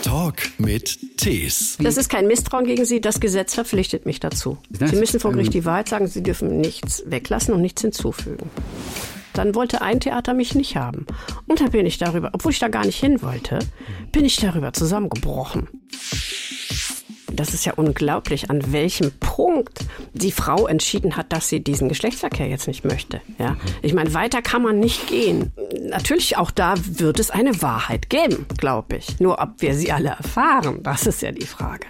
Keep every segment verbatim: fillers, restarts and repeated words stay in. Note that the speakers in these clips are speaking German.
Talk mit Tees. Das ist kein Misstrauen gegen Sie, das Gesetz verpflichtet mich dazu. Sie müssen vor Gericht die Wahrheit sagen, Sie dürfen nichts weglassen und nichts hinzufügen. Dann wollte ein Theater mich nicht haben. Und dann bin ich darüber, obwohl ich da gar nicht hin wollte, bin ich darüber zusammengebrochen. Das ist ja unglaublich, an welchem Punkt die Frau entschieden hat, dass sie diesen Geschlechtsverkehr jetzt nicht möchte. Ja? Ich meine, weiter kann man nicht gehen. Natürlich, auch da wird es eine Wahrheit geben, glaube ich. Nur ob wir sie alle erfahren, das ist ja die Frage.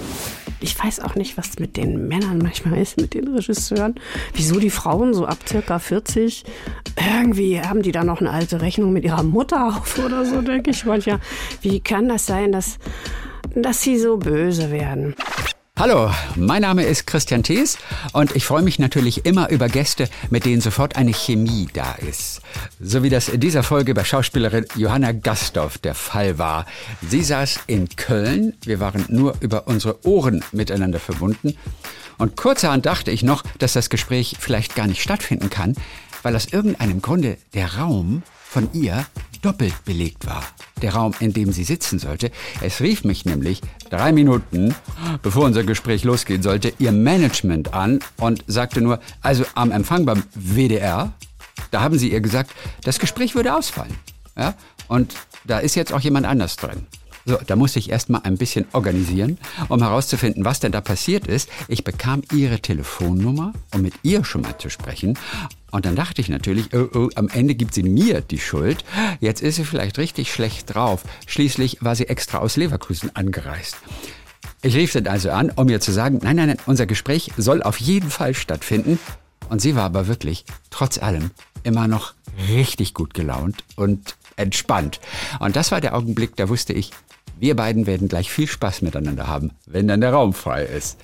Ich weiß auch nicht, was mit den Männern manchmal ist, mit den Regisseuren. Wieso die Frauen so ab circa vierzig, irgendwie haben die da noch eine alte Rechnung mit ihrer Mutter auf oder so, denke ich manchmal. Wie kann das sein, dass... dass sie so böse werden. Hallo, mein Name ist Christian Thees und ich freue mich natürlich immer über Gäste, mit denen sofort eine Chemie da ist. So wie das in dieser Folge bei Schauspielerin Johanna Gasthoff der Fall war. Sie saß in Köln, wir waren nur über unsere Ohren miteinander verbunden. Und kurzerhand dachte ich noch, dass das Gespräch vielleicht gar nicht stattfinden kann, weil aus irgendeinem Grunde der Raum von ihr doppelt belegt war. Der Raum, in dem sie sitzen sollte. Es rief mich nämlich drei Minuten, bevor unser Gespräch losgehen sollte, ihr Management an und sagte nur, also am Empfang beim W D R, da haben sie ihr gesagt, das Gespräch würde ausfallen. Ja? Und da ist jetzt auch jemand anders drin. So, da musste ich erst mal ein bisschen organisieren, um herauszufinden, was denn da passiert ist. Ich bekam ihre Telefonnummer, um mit ihr schon mal zu sprechen. Und dann dachte ich natürlich, oh, oh, am Ende gibt sie mir die Schuld. Jetzt ist sie vielleicht richtig schlecht drauf. Schließlich war sie extra aus Leverkusen angereist. Ich rief dann also an, um ihr zu sagen, nein, nein, nein, unser Gespräch soll auf jeden Fall stattfinden. Und sie war aber wirklich, trotz allem, immer noch richtig gut gelaunt und entspannt. Und das war der Augenblick, da wusste ich, wir beiden werden gleich viel Spaß miteinander haben, wenn dann der Raum frei ist.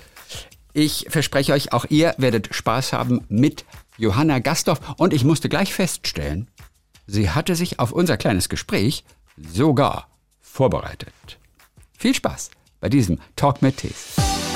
Ich verspreche euch, auch ihr werdet Spaß haben mit Johanna Gasthoff. Und ich musste gleich feststellen, sie hatte sich auf unser kleines Gespräch sogar vorbereitet. Viel Spaß bei diesem Talk mit Tees.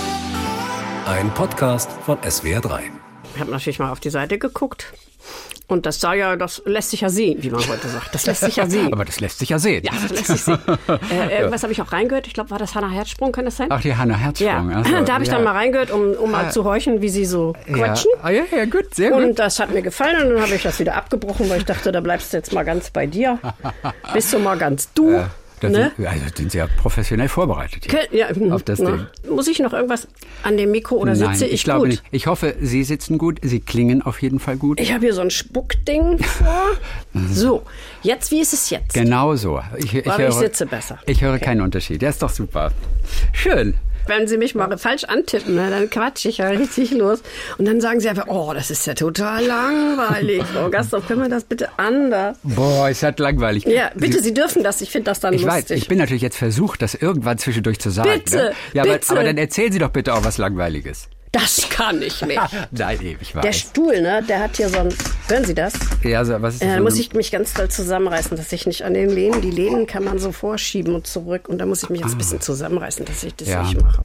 Ein Podcast von S W R drei. Ich habe natürlich mal auf die Seite geguckt. Und das sah ja, das lässt sich ja sehen, wie man heute sagt. Das lässt sich ja sehen. Aber das lässt sich ja sehen. Ja, das lässt sich sehen. äh, irgendwas habe ich auch reingehört. Ich glaube, war das Hannah Herzsprung, kann das sein? Ach, die Hannah Herzsprung. Ja, also, da habe ich ja. dann mal reingehört, um, um mal zu horchen, wie sie so quatschen. Ja. Ah, ja, ja, gut, sehr gut. Und das hat mir gefallen und dann habe ich das wieder abgebrochen, weil ich dachte, da bleibst du jetzt mal ganz bei dir. Bist du mal ganz du. Ja. Das ne? sind, also sind Sie ja professionell vorbereitet hier ja, auf das na, Ding. Muss ich noch irgendwas an dem Mikro oder Nein, sitze ich, ich glaube gut? nicht. Ich hoffe, Sie sitzen gut. Sie klingen auf jeden Fall gut. Ich habe hier so ein Spuckding vor. So, jetzt, wie ist es jetzt? Genau so. Ich, ich, Aber höre, ich sitze besser. Ich höre Okay. keinen Unterschied. Der ist doch super. Schön. Wenn Sie mich mal falsch antippen, ne, dann quatsche ich ja richtig los. Und dann sagen Sie einfach, oh, das ist ja total langweilig. Frau Gasthoff, können wir das bitte anders? Boah, ist das langweilig. Ja, bitte, Sie dürfen das. Ich finde das dann Ich lustig. weiß, ich bin natürlich jetzt versucht, das irgendwann zwischendurch zu sagen. Bitte, ne? Ja, bitte. Aber, aber dann erzählen Sie doch bitte auch was Langweiliges. Das kann ich nicht. Nein, ich weiß. Der Stuhl, ne, der hat hier so ein... Hören Sie das? Ja, so, was ist das Äh, so muss ein- ich mich ganz doll zusammenreißen, dass ich nicht an den Lehnen... Die Lehnen kann man so vorschieben und zurück. Und da muss ich mich jetzt ein bisschen zusammenreißen, dass ich das Ja. nicht mache.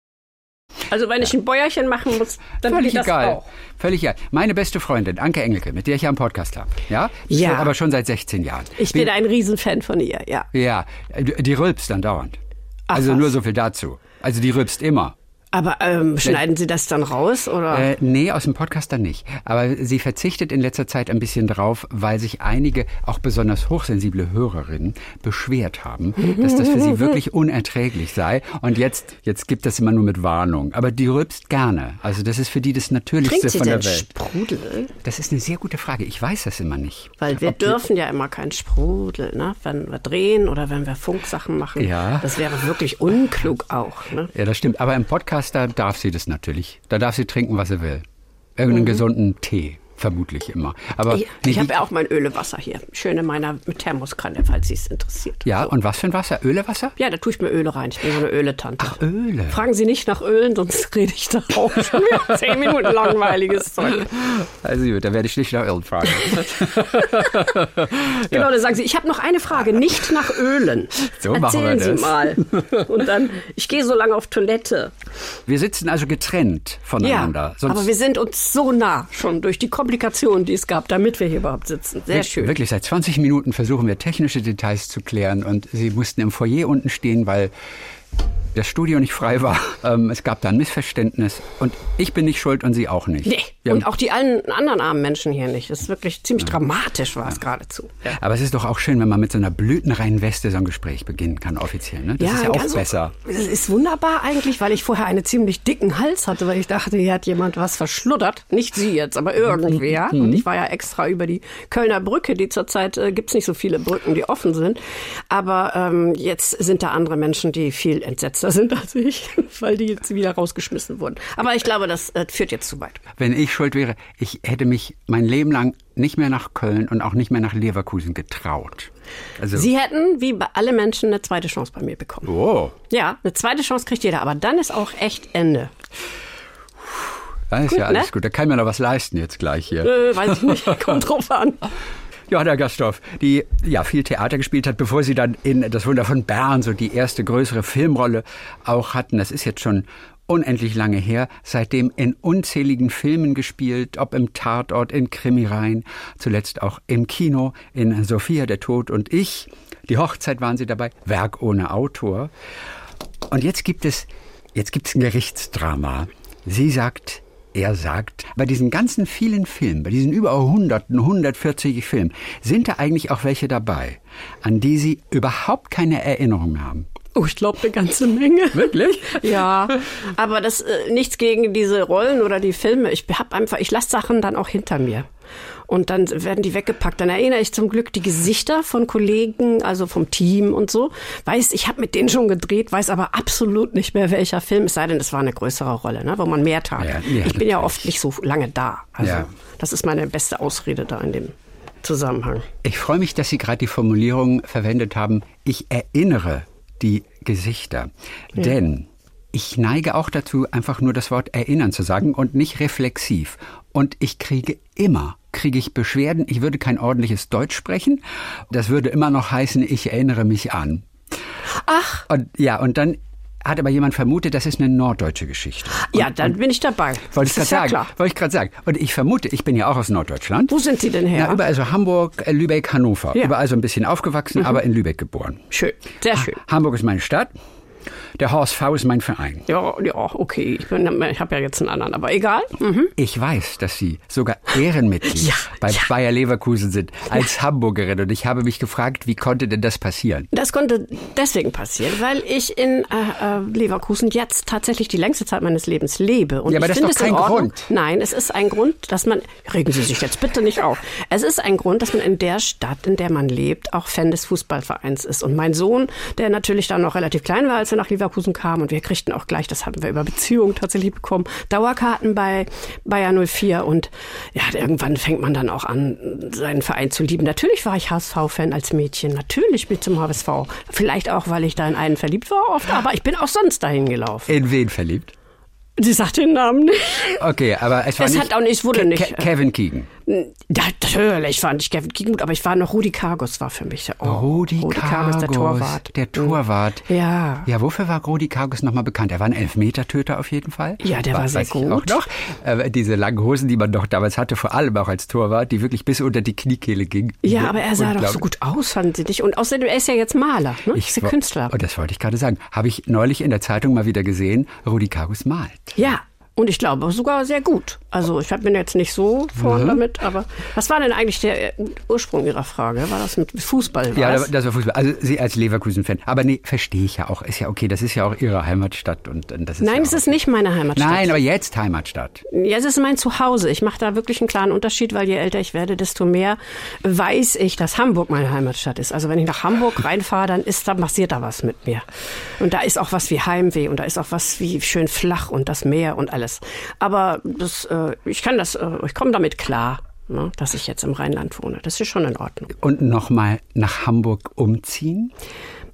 Also wenn ich ein Bäuerchen machen muss, dann will Völlig ich das egal. auch. Völlig egal. Meine beste Freundin, Anke Engelke, mit der ich ja einen Podcast habe. Ja? Ja. Aber schon seit sechzehn Jahren. Ich bin ein Riesenfan von ihr, ja. Ja, die rülpst dann dauernd. Also was. nur so viel dazu. Also die rülpst immer. Aber ähm, schneiden Sie das dann raus, oder? Äh, nee, aus dem Podcast dann nicht. Aber sie verzichtet in letzter Zeit ein bisschen drauf, weil sich einige, auch besonders hochsensible Hörerinnen, beschwert haben, dass das für sie wirklich unerträglich sei. Und jetzt, jetzt gibt das immer nur mit Warnung. Aber die rülpst gerne. Also das ist für die das Natürlichste Trinkt sie von denn der Welt. Sprudel? Das ist eine sehr gute Frage. Ich weiß das immer nicht. Weil wir Ob die- dürfen ja immer keinen Sprudel, ne? Wenn wir drehen oder wenn wir Funksachen machen. Ja. Das wäre wirklich unklug auch, ne? Ja, das stimmt. Aber im Podcast, da darf sie das natürlich. Da darf sie trinken, was sie will. Irgendeinen gesunden Tee, vermutlich immer. Aber Ich, ich habe ja auch mein Ölewasser hier. Schön in meiner Thermoskanne, falls Sie es interessiert. Ja, und was für ein Wasser? Ölewasser? Ja, da tue ich mir Öle rein. Ich bin so eine Öletante. Ach, Öle. Fragen Sie nicht nach Ölen, sonst rede ich da auch schon wieder zehn Minuten langweiliges Zeug. Also gut, da werde ich nicht nach Öl fragen. Genau, dann sagen Sie, ich habe noch eine Frage, nicht nach Ölen. So machen wir Erzählen das. Sie mal. Und dann, ich gehe so lange auf Toilette. Wir sitzen also getrennt voneinander. Ja, aber wir sind uns so nah schon durch die Komplikationen, die es gab, damit wir hier überhaupt sitzen. Sehr schön. Wirklich, seit zwanzig Minuten versuchen wir technische Details zu klären und Sie mussten im Foyer unten stehen, weil das Studio nicht frei war. Ähm, es gab da ein Missverständnis und ich bin nicht schuld und Sie auch nicht. Nee, ja. Und auch die allen anderen armen Menschen hier nicht. Das ist wirklich ziemlich ja. dramatisch, war es ja. geradezu. Ja. Aber es ist doch auch schön, wenn man mit so einer blütenreinen Weste so ein Gespräch beginnen kann, offiziell. Ne? Das ja, ist ja auch also, besser. Es ist wunderbar eigentlich, weil ich vorher einen ziemlich dicken Hals hatte, weil ich dachte, hier hat jemand was verschluddert. Nicht Sie jetzt, aber irgendwer. Mhm. Und ich war ja extra über die Kölner Brücke, die zurzeit äh, gibt es nicht so viele Brücken, die offen sind. Aber ähm, jetzt sind da andere Menschen, die viel entsetzter sind als ich, weil die jetzt wieder rausgeschmissen wurden. Aber ich glaube, das äh, führt jetzt zu weit. Wenn ich schuld wäre, ich hätte mich mein Leben lang nicht mehr nach Köln und auch nicht mehr nach Leverkusen getraut. Also Sie hätten, wie bei alle Menschen, eine zweite Chance bei mir bekommen. Oh. Ja, eine zweite Chance kriegt jeder, aber dann ist auch echt Ende. Das ist gut, ja alles ne? gut. Da kann man noch was leisten jetzt gleich hier. Äh, weiß ich nicht, kommt drauf an. Johanna Gasthoff, die ja viel Theater gespielt hat, bevor sie dann in Das Wunder von Bern so die erste größere Filmrolle auch hatten. Das ist jetzt schon unendlich lange her. Seitdem in unzähligen Filmen gespielt, ob im Tatort, in Krimireihen, zuletzt auch im Kino, in Sophia, der Tod und ich. Die Hochzeit waren sie dabei, Werk ohne Autor. Und jetzt gibt es, jetzt gibt es ein Gerichtsdrama. Sie sagt, er sagt, bei diesen ganzen vielen Filmen, bei diesen über hunderten, hundertvierzig Filmen, sind da eigentlich auch welche dabei, an die Sie überhaupt keine Erinnerung haben? Oh, ich glaube, eine ganze Menge. Wirklich? Ja, aber das äh, nichts gegen diese Rollen oder die Filme. Ich hab einfach, ich lasse Sachen dann auch hinter mir. Und dann werden die weggepackt. Dann erinnere ich zum Glück die Gesichter von Kollegen, also vom Team und so. Weiß, ich habe mit denen schon gedreht, weiß aber absolut nicht mehr, welcher Film. Es sei denn, es war eine größere Rolle, ne, wo man mehr tat. Ja, ja, ich bin ja oft nicht so lange da. Also ja. Das ist meine beste Ausrede da in dem Zusammenhang. Ich freue mich, dass Sie gerade die Formulierung verwendet haben, ich erinnere die Gesichter. Ja. Denn ich neige auch dazu, einfach nur das Wort erinnern zu sagen und nicht reflexiv. Und ich kriege immer, kriege ich Beschwerden, ich würde kein ordentliches Deutsch sprechen. Das würde immer noch heißen, ich erinnere mich an. Ach. Und ja, und dann hat aber jemand vermutet, das ist eine norddeutsche Geschichte. Und, ja, dann bin ich dabei. Wollte ich gerade sagen. Klar. Wollte ich gerade sagen. Und ich vermute, ich bin ja auch aus Norddeutschland. Wo sind Sie denn her? Na, überall so Hamburg, Lübeck, Hannover. Ja. Überall so ein bisschen aufgewachsen, mhm. aber in Lübeck geboren. Schön, sehr schön. Ha- Hamburg ist meine Stadt. Der H S V ist mein Verein. Ja, ja, okay. Ich, bin, ich habe ja jetzt einen anderen, aber egal. Mhm. Ich weiß, dass Sie sogar Ehrenmitglied ja, bei ja. Bayer Leverkusen sind, als ja. Hamburgerin. Und ich habe mich gefragt, wie konnte denn das passieren? Das konnte deswegen passieren, weil ich in äh, Leverkusen jetzt tatsächlich die längste Zeit meines Lebens lebe. Und ja, aber ich das ist doch kein Grund. Nein, es ist ein Grund, dass man, regen Sie sich jetzt bitte nicht auf, es ist ein Grund, dass man in der Stadt, in der man lebt, auch Fan des Fußballvereins ist. Und mein Sohn, der natürlich dann noch relativ klein war, als er nach Leverkusen kam, und wir kriegten auch gleich, das hatten wir über Beziehungen tatsächlich bekommen, Dauerkarten bei Bayer null vier und ja, irgendwann fängt man dann auch an, seinen Verein zu lieben. Natürlich war ich H S V-Fan als Mädchen, natürlich bin ich zum H S V. Vielleicht auch, weil ich da in einen verliebt war oft, aber ich bin auch sonst dahin gelaufen. In wen verliebt? Sie sagt den Namen nicht. Okay, aber es war es nicht... Hat auch nicht, es wurde Ke- nicht. Ke- Kevin Keegan. Ja, natürlich fand ich Kevin Keegan gut, aber ich war noch Rudi Kargus war für mich. Oh, Rudi, Rudi Kargus, der Torwart. Der Torwart. Ja. Ja, wofür war Rudi Kargus nochmal bekannt? Er war ein Elfmetertöter auf jeden Fall. Ja, der war, war sehr weiß gut. Ich auch noch. Äh, diese langen Hosen, die man doch damals hatte, vor allem auch als Torwart, die wirklich bis unter die Kniekehle gingen. Ja, aber er sah doch so gut aus, fanden Sie nicht? Und außerdem, er ist ja jetzt Maler, ne? Ich ist ja Künstler. Oh, das wollte ich gerade sagen. Habe ich neulich in der Zeitung mal wieder gesehen, Rudi Kargus malt. Ja. Und ich glaube sogar sehr gut. Also ich bin jetzt nicht so vorne mhm. damit, aber was war denn eigentlich der Ursprung Ihrer Frage? War das mit Fußball? Ja, was? das war Fußball. Also Sie als Leverkusen-Fan. Aber nee, verstehe ich ja auch. Ist ja okay, das ist ja auch Ihre Heimatstadt. Und, und das ist Nein, ja es ist nicht meine Heimatstadt. Nein, aber jetzt Heimatstadt. Ja, es ist mein Zuhause. Ich mache da wirklich einen klaren Unterschied, weil je älter ich werde, desto mehr weiß ich, dass Hamburg meine Heimatstadt ist. Also wenn ich nach Hamburg reinfahre, dann ist da passiert da was mit mir. Und da ist auch was wie Heimweh und da ist auch was wie schön flach und das Meer und alles. Aber das, äh, ich kann das, äh, ich komme damit klar, ne, dass ich jetzt im Rheinland wohne. Das ist schon in Ordnung. Und nochmal nach Hamburg umziehen?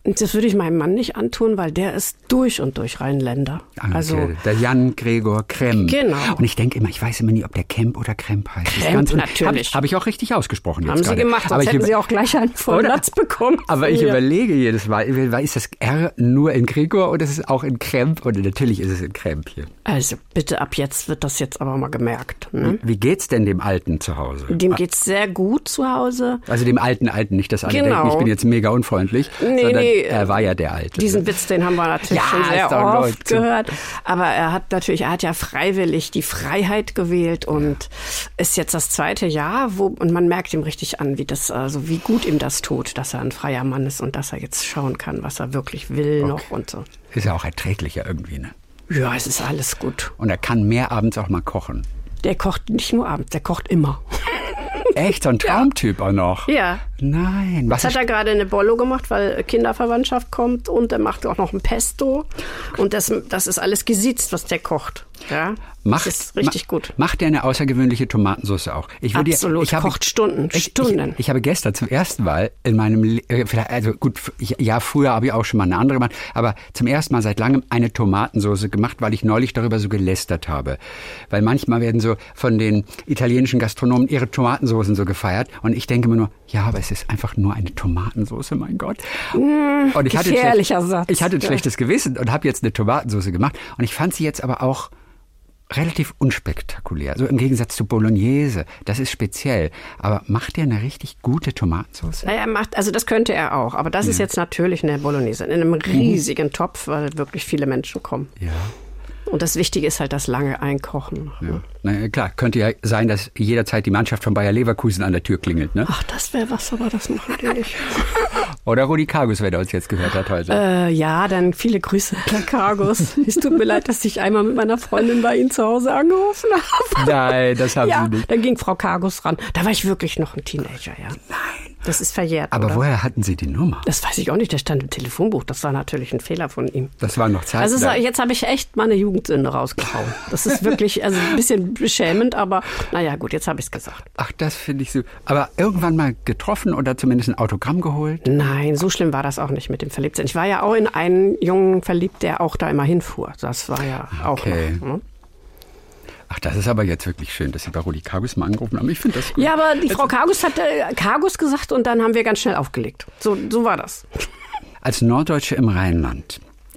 Das würde ich meinem Mann nicht antun, weil der ist durch und durch Rheinländer. Okay. Also der Jan Gregor Kremp. Genau. Und ich denke immer, ich weiß immer nie, ob der Kemp oder Kremp heißt. Kremp, natürlich. Habe hab ich auch richtig ausgesprochen jetzt Haben gerade. Sie gemacht, sonst aber hätten ich, Sie auch gleich einen Vollplatz bekommen. Aber ich ja. überlege jedes Mal, ist das R nur in Gregor oder ist es auch in Kremp? Und natürlich ist es in Kremp hier. Also bitte, ab jetzt wird das jetzt aber mal gemerkt. Ne? Wie geht's denn dem Alten zu Hause? Dem geht's sehr gut zu Hause. Also dem alten Alten, nicht, dass alle Genau. denken, ich bin jetzt mega unfreundlich, Nee, sondern nee, er war ja der Alte. Diesen Witz, den haben wir natürlich Ja, schon sehr ist doch oft Leute. gehört. Aber er hat natürlich, er hat ja freiwillig die Freiheit gewählt und ist jetzt das zweite Jahr, wo, und man merkt ihm richtig an, wie das, also wie gut ihm das tut, dass er ein freier Mann ist und dass er jetzt schauen kann, was er wirklich will Okay. noch und so. Ist ja auch erträglicher irgendwie, ne? Ja, es ist alles gut. Und er kann mehr abends auch mal kochen. Der kocht nicht nur abends, der kocht immer. Echt, so ein Traumtyp auch noch. Ja. Nein. Was Jetzt hat er gerade eine Bollo gemacht, weil Kinderverwandtschaft kommt und er macht auch noch ein Pesto. Und das, das ist alles gesiezt, was der kocht. Ja, Macht, das ist richtig ma, gut. Macht der eine außergewöhnliche Tomatensauce auch? Ich würde, Absolut, ich habe, kocht Stunden, ich, Stunden. Ich, ich habe gestern zum ersten Mal in meinem, Le- äh, vielleicht, also gut, ich, ja, früher habe ich auch schon mal eine andere gemacht, aber zum ersten Mal seit langem eine Tomatensauce gemacht, weil ich neulich darüber so gelästert habe. Weil manchmal werden so von den italienischen Gastronomen ihre Tomatensoßen so gefeiert und ich denke mir nur, ja, aber es ist einfach nur eine Tomatensauce, mein Gott. Mmh, und ich hatte ein gefährlicher schlecht- Satz. Ich hatte ein Ja. schlechtes Gewissen und habe jetzt eine Tomatensauce gemacht und ich fand sie jetzt aber auch relativ unspektakulär. So im Gegensatz zu Bolognese. Das ist speziell. Aber macht der eine richtig gute Tomatensauce? Naja, er macht, also das könnte er auch, aber das ist jetzt natürlich eine Bolognese in einem riesigen Topf, weil wirklich viele Menschen kommen. Ja. Und das Wichtige ist halt das lange Einkochen. Ja. Na ja, klar, könnte ja sein, dass jederzeit die Mannschaft von Bayer Leverkusen an der Tür klingelt, ne? Ach, das wäre was, aber das machen die nicht. Oder Rudi Kargus, wer da uns jetzt gehört hat heute. Äh, ja, dann viele Grüße, Herr Kargus. Es tut mir leid, dass ich einmal mit meiner Freundin bei Ihnen zu Hause angerufen habe. Nein, das haben Ja, Sie nicht. dann ging Frau Kargus ran. Da war ich wirklich noch ein Teenager, ja. Nein. Das ist verjährt, Aber oder? woher hatten Sie die Nummer? Das weiß ich auch nicht, der stand im Telefonbuch. Das war natürlich ein Fehler von ihm. Das waren noch Zeiten. Also da- jetzt habe ich echt meine Jugendsünde rausgehauen. Das ist wirklich also ein bisschen beschämend, aber naja gut, jetzt habe ich es gesagt. Ach, das finde ich so. Aber irgendwann mal getroffen oder zumindest ein Autogramm geholt? Nein, so schlimm war das auch nicht mit dem Verliebtsein. Ich war ja auch in einen Jungen verliebt, der auch da immer hinfuhr. Das war ja auch Okay. noch. Ne? Ach, das ist aber jetzt wirklich schön, dass Sie bei Rudi Kargus mal angerufen haben. Ich finde das gut. Ja, aber die Frau Kargus hat äh, Kargus gesagt und dann haben wir ganz schnell aufgelegt. So, so war das. Als Norddeutsche im Rheinland,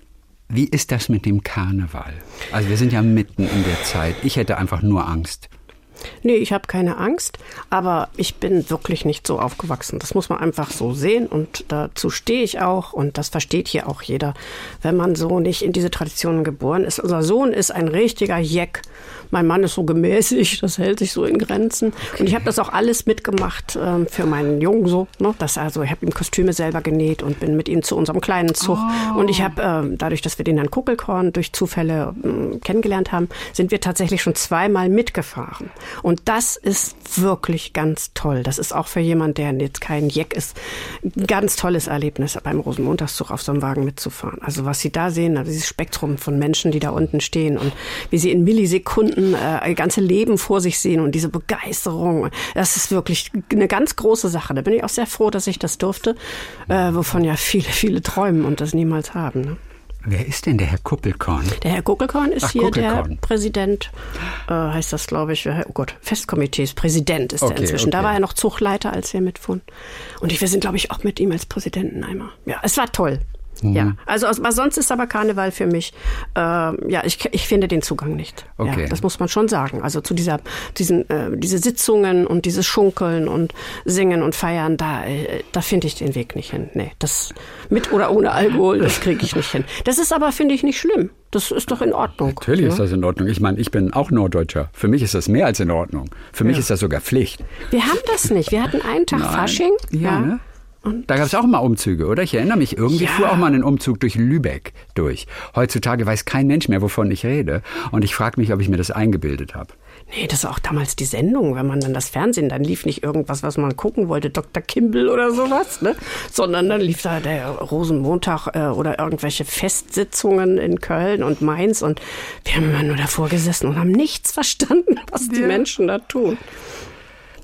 wie ist das mit dem Karneval? Also wir sind ja mitten in der Zeit. Ich hätte einfach nur Angst. Nee, ich habe keine Angst, aber ich bin wirklich nicht so aufgewachsen. Das muss man einfach so sehen und dazu stehe ich auch und das versteht hier auch jeder, wenn man so nicht in diese Traditionen geboren ist. Unser Sohn ist ein richtiger Jeck. Mein Mann ist so gemäßigt, das hält sich so in Grenzen. Okay. Und ich habe das auch alles mitgemacht ähm, für meinen Jungen so. Ne? Das also, ich habe ihm Kostüme selber genäht und bin mit ihm zu unserem kleinen Zug. Oh. Und ich habe, ähm, dadurch, dass wir den Herrn Kuckelkorn durch Zufälle ähm, kennengelernt haben, sind wir tatsächlich schon zweimal mitgefahren. Und das ist wirklich ganz toll. Das ist auch für jemanden, der jetzt kein Jeck ist, ein ganz tolles Erlebnis, beim Rosenmontagszug auf so einem Wagen mitzufahren. Also was Sie da sehen, also dieses Spektrum von Menschen, die da unten stehen und wie sie in Millisekunden äh, ganze Leben vor sich sehen und diese Begeisterung, das ist wirklich eine ganz große Sache. Da bin ich auch sehr froh, dass ich das durfte, äh, wovon ja viele, viele träumen und das niemals haben. Ne? Wer ist denn der Herr Kuppelkorn? Der Herr Kuckelkorn ist Ach, hier Kuckelkorn. der Präsident, äh, heißt das, glaube ich, oh Gott, Festkomitees Präsident ist Okay, er inzwischen. okay. Da war er noch Zugleiter, als wir mitfuhren. Und ich, wir sind, glaube ich, auch mit ihm als Präsidenten einmal. Ja, es war toll. Mhm. Ja, also aber sonst ist aber Karneval für mich, äh, ja, ich, ich finde den Zugang nicht. Okay. Ja, das muss man schon sagen. Also zu dieser, diesen, äh, diese Sitzungen und dieses Schunkeln und Singen und Feiern, da, äh, da finde ich den Weg nicht hin. Nee, das mit oder ohne Alkohol, das kriege ich nicht hin. Das ist aber, finde ich, nicht schlimm. Das ist doch in Ordnung. Natürlich ne? ist das in Ordnung. Ich meine, ich bin auch Norddeutscher. Für mich ist das mehr als in Ordnung. Für mich Ja. ist das sogar Pflicht. Wir haben das nicht. Wir hatten einen Tag Nein. Fasching. Ja, Ja. ne? Da gab es auch mal Umzüge, oder? Ich erinnere mich, irgendwie Ja. fuhr auch mal ein Umzug durch Lübeck durch. Heutzutage weiß kein Mensch mehr, wovon ich rede. Und ich frage mich, ob ich mir das eingebildet habe. Nee, das war auch damals die Sendung, wenn man dann das Fernsehen, dann lief nicht irgendwas, was man gucken wollte, Doktor Kimball oder sowas, ne? Sondern dann lief da der Rosenmontag äh, oder irgendwelche Festsitzungen in Köln und Mainz und wir haben immer nur davor gesessen und haben nichts verstanden, was die Ja. Menschen da tun.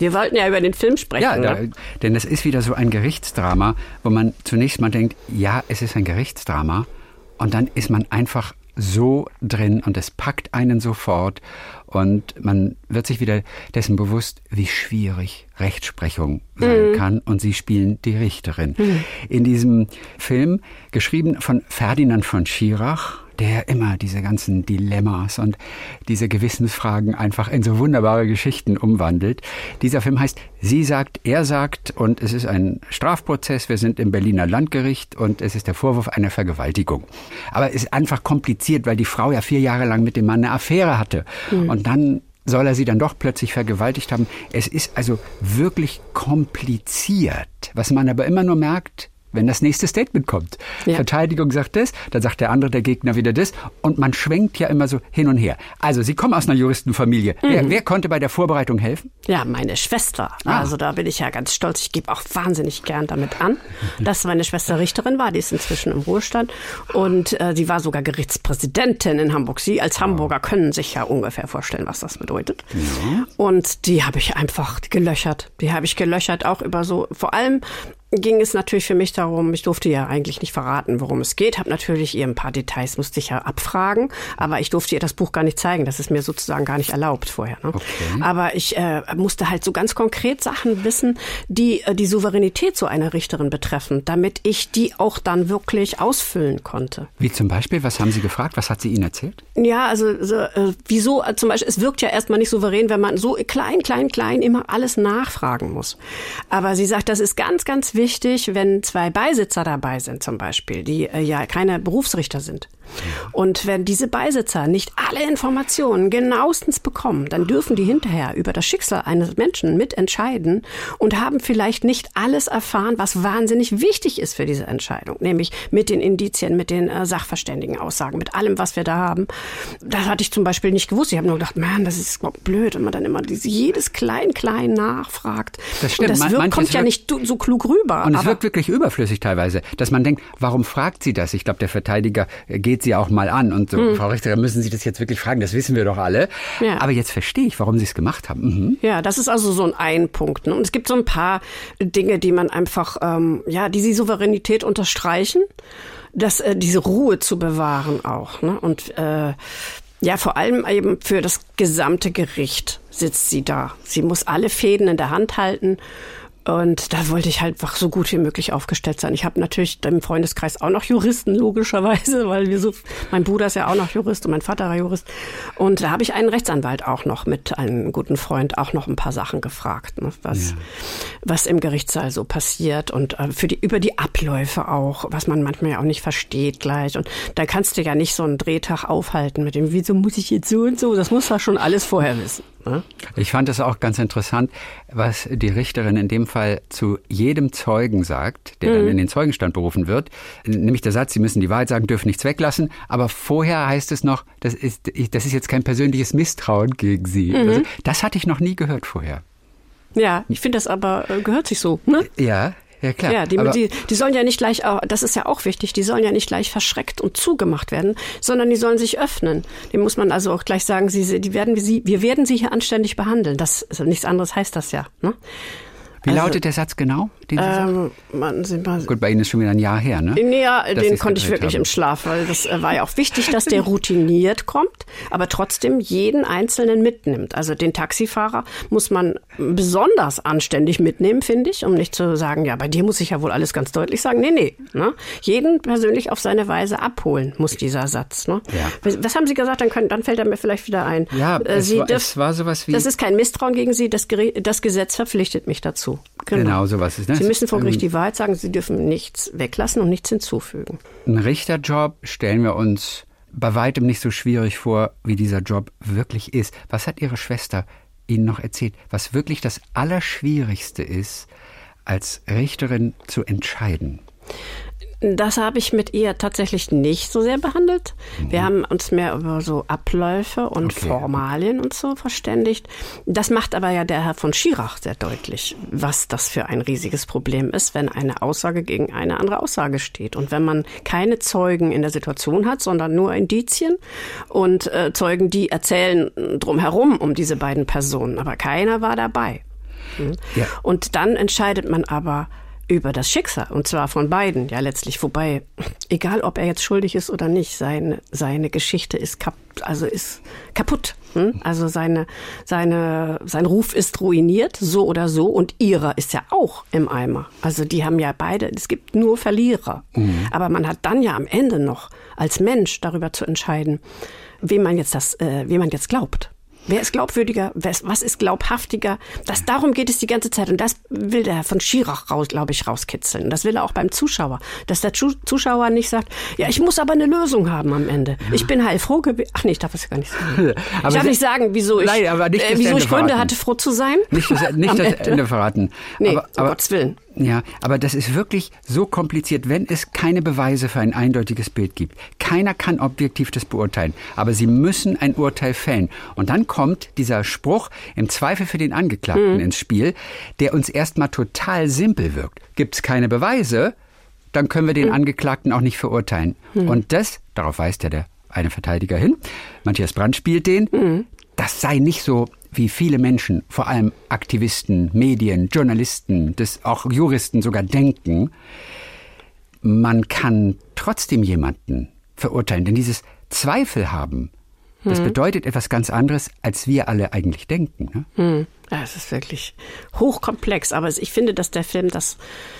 Wir wollten ja über den Film sprechen. Ja, da, ne? denn das ist wieder so ein Gerichtsdrama, wo man zunächst mal denkt, ja, es ist ein Gerichtsdrama. Und dann ist man einfach so drin und es packt einen sofort. Und man wird sich wieder dessen bewusst, wie schwierig Rechtsprechung sein mhm. kann. Und sie spielen die Richterin. Mhm. In diesem Film, geschrieben von Ferdinand von Schirach, der immer diese ganzen Dilemmas und diese Gewissensfragen einfach in so wunderbare Geschichten umwandelt. Dieser Film heißt Sie sagt, er sagt, und es ist ein Strafprozess. Wir sind im Berliner Landgericht und es ist der Vorwurf einer Vergewaltigung. Aber es ist einfach kompliziert, weil die Frau ja vier Jahre lang mit dem Mann eine Affäre hatte. Mhm. Und dann soll er sie dann doch plötzlich vergewaltigt haben. Es ist also wirklich kompliziert, was man aber immer nur merkt, wenn das nächste Statement kommt. Ja. Verteidigung sagt das, dann sagt der andere, der Gegner wieder das. Und man schwenkt ja immer so hin und her. Also Sie kommen aus einer Juristenfamilie. Mhm. Wer, wer konnte bei der Vorbereitung helfen? Ja, meine Schwester. Ah. Also da bin ich ja ganz stolz. Ich gebe auch wahnsinnig gern damit an, dass meine Schwester Richterin war. Die ist inzwischen im Ruhestand. Und äh, sie war sogar Gerichtspräsidentin in Hamburg. Sie als Hamburger können sich ja ungefähr vorstellen, was das bedeutet. Ja. Und die habe ich einfach gelöchert. Die habe ich gelöchert, auch über so, vor allem ging es natürlich für mich darum, ich durfte ja eigentlich nicht verraten, worum es geht, habe natürlich ihr ein paar Details, musste ich ja abfragen, aber ich durfte ihr das Buch gar nicht zeigen, das ist mir sozusagen gar nicht erlaubt vorher. Ne? Okay. Aber ich äh, musste halt so ganz konkret Sachen wissen, die äh, die Souveränität so einer Richterin betreffen, damit ich die auch dann wirklich ausfüllen konnte. Wie zum Beispiel, was haben Sie gefragt, was hat sie Ihnen erzählt? Ja, also so, äh, wieso äh, zum Beispiel, es wirkt ja erstmal nicht souverän, wenn man so klein, klein, klein immer alles nachfragen muss. Aber sie sagt, das ist ganz, ganz wichtig, wichtig, wenn zwei Beisitzer dabei sind zum Beispiel, die äh, ja keine Berufsrichter sind. Und wenn diese Beisitzer nicht alle Informationen genauestens bekommen, dann dürfen die hinterher über das Schicksal eines Menschen mitentscheiden und haben vielleicht nicht alles erfahren, was wahnsinnig wichtig ist für diese Entscheidung. Nämlich mit den Indizien, mit den äh, Sachverständigenaussagen, mit allem, was wir da haben. Das hatte ich zum Beispiel nicht gewusst. Ich habe nur gedacht, man, das ist blöd, wenn man dann immer jedes klein, klein nachfragt. Das stimmt. Und das wirkt, kommt ja nicht so klug rüber. Und es wirkt wirklich überflüssig teilweise, dass man denkt, warum fragt sie das? Ich glaube, der Verteidiger geht sie auch mal an und so, mhm. Frau Richterin, müssen Sie das jetzt wirklich fragen? Das wissen wir doch alle. Ja. Aber jetzt verstehe ich, warum Sie es gemacht haben. Mhm. Ja, das ist also so ein Ein-Punkt. Ne? Und es gibt so ein paar Dinge, die man einfach, ähm, ja, die die Souveränität unterstreichen, dass äh, diese Ruhe zu bewahren auch. Ne? Und äh, ja, vor allem eben für das gesamte Gericht sitzt sie da. Sie muss alle Fäden in der Hand halten. Und da wollte ich halt einfach so gut wie möglich aufgestellt sein. Ich habe natürlich im Freundeskreis auch noch Juristen, logischerweise, weil wir so, mein Bruder ist ja auch noch Jurist und mein Vater war Jurist. Und da habe ich einen Rechtsanwalt auch noch mit einem guten Freund auch noch ein paar Sachen gefragt, ne, was, ja. was im Gerichtssaal so passiert und äh, für die, über die Abläufe auch, was man manchmal ja auch nicht versteht gleich. Und da kannst du ja nicht so einen Drehtag aufhalten mit dem, wieso muss ich jetzt so und so? Das muss man schon alles vorher wissen. Ne? Ich fand es auch ganz interessant, was die Richterin in dem Fall zu jedem Zeugen sagt, der mhm. dann in den Zeugenstand berufen wird. Nämlich der Satz, Sie müssen die Wahrheit sagen, dürfen nichts weglassen. Aber vorher heißt es noch, das ist, das ist jetzt kein persönliches Misstrauen gegen Sie. Mhm. Also, das hatte ich noch nie gehört vorher. Ja, ich finde das aber, äh, gehört sich so. Ne? Ja. Ja, klar. Ja, die, die, die sollen ja nicht gleich, das ist ja auch wichtig, die sollen ja nicht gleich verschreckt und zugemacht werden, sondern die sollen sich öffnen. Dem muss man also auch gleich sagen, sie, die werden, sie, wir werden sie hier anständig behandeln. Das, also nichts anderes heißt das ja. Ne? Wie also, lautet der Satz genau? Den ähm, man, Sie mal, Gut, bei Ihnen ist schon wieder ein Jahr her, ne? Ja, das den konnte ich wirklich haben. im Schlaf, weil das war ja auch wichtig, dass der routiniert kommt, aber trotzdem jeden Einzelnen mitnimmt. Also den Taxifahrer muss man besonders anständig mitnehmen, finde ich, um nicht zu sagen, ja, bei dir muss ich ja wohl alles ganz deutlich sagen. Nee, nee. Ne? Jeden persönlich auf seine Weise abholen muss dieser Satz. Ne? Ja. Was haben Sie gesagt? Dann, können, dann fällt er mir vielleicht wieder ein. Ja, es, Sie war, dürf, es war sowas wie... Das ist kein Misstrauen gegen Sie, das, das Gesetz verpflichtet mich dazu. Genau, genau sowas ist das. Sie müssen vor Gericht die Wahrheit sagen, Sie dürfen nichts weglassen und nichts hinzufügen. Ein Richterjob stellen wir uns bei weitem nicht so schwierig vor, wie dieser Job wirklich ist. Was hat Ihre Schwester Ihnen noch erzählt, was wirklich das Allerschwierigste ist, als Richterin zu entscheiden? Das habe ich mit ihr tatsächlich nicht so sehr behandelt. Mhm. Wir haben uns mehr über so Abläufe und okay. Formalien und so verständigt. Das macht aber ja der Herr von Schirach sehr deutlich, was das für ein riesiges Problem ist, wenn eine Aussage gegen eine andere Aussage steht. Und wenn man keine Zeugen in der Situation hat, sondern nur Indizien und äh, Zeugen, die erzählen drumherum um diese beiden Personen. Aber keiner war dabei. Ja. Und dann entscheidet man aber über das Schicksal, und zwar von beiden, ja letztlich. Wobei, egal ob er jetzt schuldig ist oder nicht, seine, seine Geschichte ist, kap- also ist kaputt. Hm? Also seine, seine, sein Ruf ist ruiniert, so oder so, und ihrer ist ja auch im Eimer. Also die haben ja beide, es gibt nur Verlierer. Mhm. Aber man hat dann ja am Ende noch als Mensch darüber zu entscheiden, wem man jetzt das, äh, wem man jetzt glaubt. Wer ist glaubwürdiger? Was ist glaubhaftiger? Das, darum geht es die ganze Zeit. Und das will der Herr von Schirach, raus, glaube ich, rauskitzeln. Das will er auch beim Zuschauer. Dass der Zuschauer nicht sagt, ja, ich muss aber eine Lösung haben am Ende. Ich bin heilfroh gewesen. Ach nee, ich darf es gar nicht sagen. Aber ich darf nicht sagen, wieso ich, nein, aber nicht äh, wieso ich Gründe hatte, froh zu sein. Nicht das, nicht das Ende. Ende verraten. Nee, aber, um aber, Gottes Willen. Ja, aber das ist wirklich so kompliziert, wenn es keine Beweise für ein eindeutiges Bild gibt. Keiner kann objektiv das beurteilen, aber sie müssen ein Urteil fällen. Und dann kommt dieser Spruch im Zweifel für den Angeklagten mhm. ins Spiel, der uns erstmal total simpel wirkt. Gibt es keine Beweise, dann können wir den mhm. Angeklagten auch nicht verurteilen. Mhm. Und das, darauf weist ja der eine Verteidiger hin, Matthias Brandt spielt den, mhm. das sei nicht so, wie viele Menschen, vor allem Aktivisten, Medien, Journalisten, das auch Juristen sogar denken, man kann trotzdem jemanden verurteilen. Denn dieses Zweifel haben, das hm. bedeutet etwas ganz anderes, als wir alle eigentlich denken. Ne? Hm. Ja, es ist wirklich hochkomplex. Aber ich finde, dass der Film das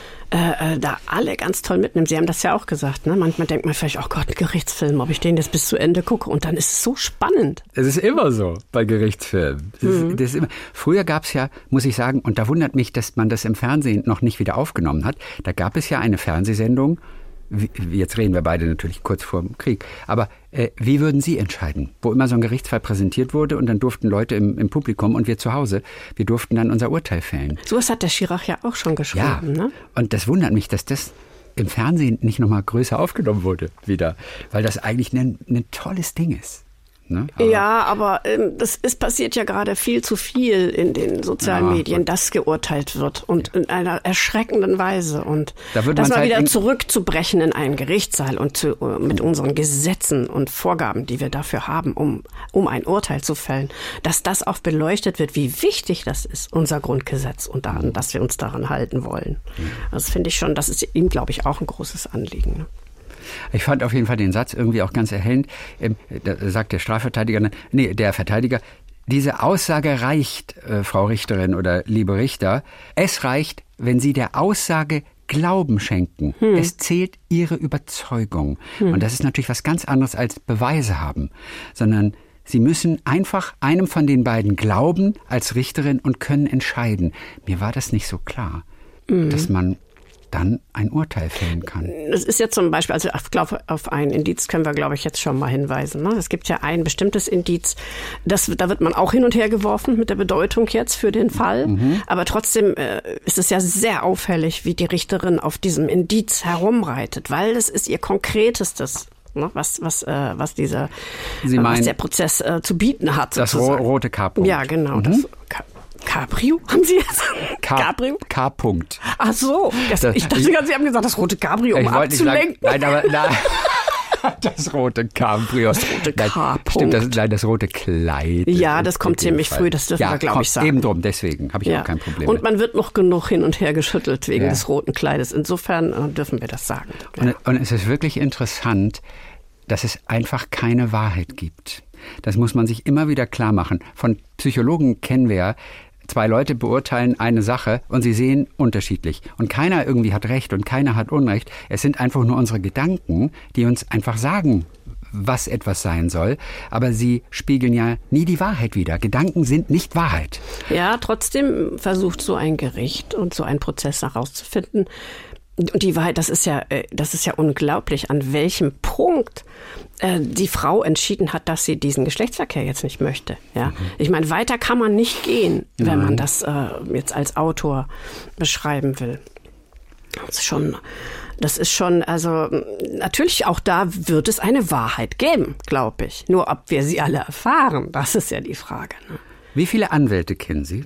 Äh, da alle ganz toll mitnehmen. Sie haben das ja auch gesagt, ne? Manchmal denkt man vielleicht, oh Gott, ein Gerichtsfilm, ob ich den jetzt bis zu Ende gucke. Und dann ist es so spannend. Es ist immer so bei Gerichtsfilmen. Das mhm. ist, das ist immer. Früher gab es ja, muss ich sagen, und da wundert mich, dass man das im Fernsehen noch nicht wieder aufgenommen hat, da gab es ja eine Fernsehsendung, wie, jetzt reden wir beide natürlich kurz vor dem Krieg, aber äh, wie würden Sie entscheiden? Wo immer so ein Gerichtsfall präsentiert wurde und dann durften Leute im, im Publikum und wir zu Hause, wir durften dann unser Urteil fällen. So was hat der Schirach ja auch schon geschrieben. Ja, ne? Und das wundert mich, dass das im Fernsehen nicht nochmal größer aufgenommen wurde wieder, weil das eigentlich ein, ein tolles Ding ist. Ne? Aber ja, aber ähm, das ist passiert ja gerade viel zu viel in den sozialen ja, Medien, dass geurteilt wird und in einer erschreckenden Weise. Und da das mal halt wieder zurückzubrechen in einen Gerichtssaal und zu, uh, mit unseren Gesetzen und Vorgaben, die wir dafür haben, um, um ein Urteil zu fällen, dass das auch beleuchtet wird, wie wichtig das ist, unser Grundgesetz, und daran, dass wir uns daran halten wollen. Das finde ich schon, das ist ihm, glaube ich, auch ein großes Anliegen. Ne? Ich fand auf jeden Fall den Satz irgendwie auch ganz erhellend. Da sagt der Strafverteidiger, nee, der Verteidiger, diese Aussage reicht, äh, Frau Richterin oder liebe Richter. Es reicht, wenn Sie der Aussage Glauben schenken. Hm. Es zählt Ihre Überzeugung. Hm. Und das ist natürlich was ganz anderes als Beweise haben, sondern Sie müssen einfach einem von den beiden glauben als Richterin und können entscheiden. Mir war das nicht so klar, hm. dass man dann ein Urteil fällen kann. Das ist ja zum Beispiel, also ich glaube, auf ein Indiz können wir, glaube ich, jetzt schon mal hinweisen. Ne? Es gibt ja ein bestimmtes Indiz, das, da wird man auch hin und her geworfen mit der Bedeutung jetzt für den Fall. Mhm. Aber trotzdem äh, ist es ja sehr auffällig, wie die Richterin auf diesem Indiz herumreitet, weil es ist ihr konkretestes, ne, was, was, äh, was, dieser, Sie meinen, was der Prozess äh, zu bieten hat. Das sozusagen. rote K-Punkt. Ja, genau. Mhm. Das K- Cabrio? Haben Sie jetzt? K- Cabrio? K-Punkt. Ach so. Das, das, ich dachte, Sie haben gesagt, das rote Cabrio, um abzulenken. Sagen, nein, aber nein. Das rote Cabrio. Das rote K-Punkt. Stimmt, das, nein, das rote Kleid. Ja, das kommt ziemlich Fall. früh, das dürfen ja, wir, glaube ich, sagen. Eben drum, deswegen habe ich ja. auch kein Problem Und man wird noch genug hin und her geschüttelt wegen ja. des roten Kleides. Insofern äh, dürfen wir das sagen. Ja. Und, und es ist wirklich interessant, dass es einfach keine Wahrheit gibt. Das muss man sich immer wieder klar machen. Von Psychologen kennen wir ja, zwei Leute beurteilen eine Sache und sie sehen unterschiedlich. Und keiner irgendwie hat Recht und keiner hat Unrecht. Es sind einfach nur unsere Gedanken, die uns einfach sagen, was etwas sein soll. Aber sie spiegeln ja nie die Wahrheit wider. Gedanken sind nicht Wahrheit. Ja, trotzdem versucht so ein Gericht und so ein Prozess herauszufinden. Und die Wahrheit, das ist ja, das ist ja unglaublich, an welchem Punkt äh, die Frau entschieden hat, dass sie diesen Geschlechtsverkehr jetzt nicht möchte. Ja, mhm. Ich meine, weiter kann man nicht gehen, wenn Nein. man das äh, jetzt als Autor beschreiben will. Das ist schon, das ist schon, also natürlich auch da wird es eine Wahrheit geben, glaube ich. Nur ob wir sie alle erfahren, das ist ja die Frage. Ne? Wie viele Anwälte kennen Sie?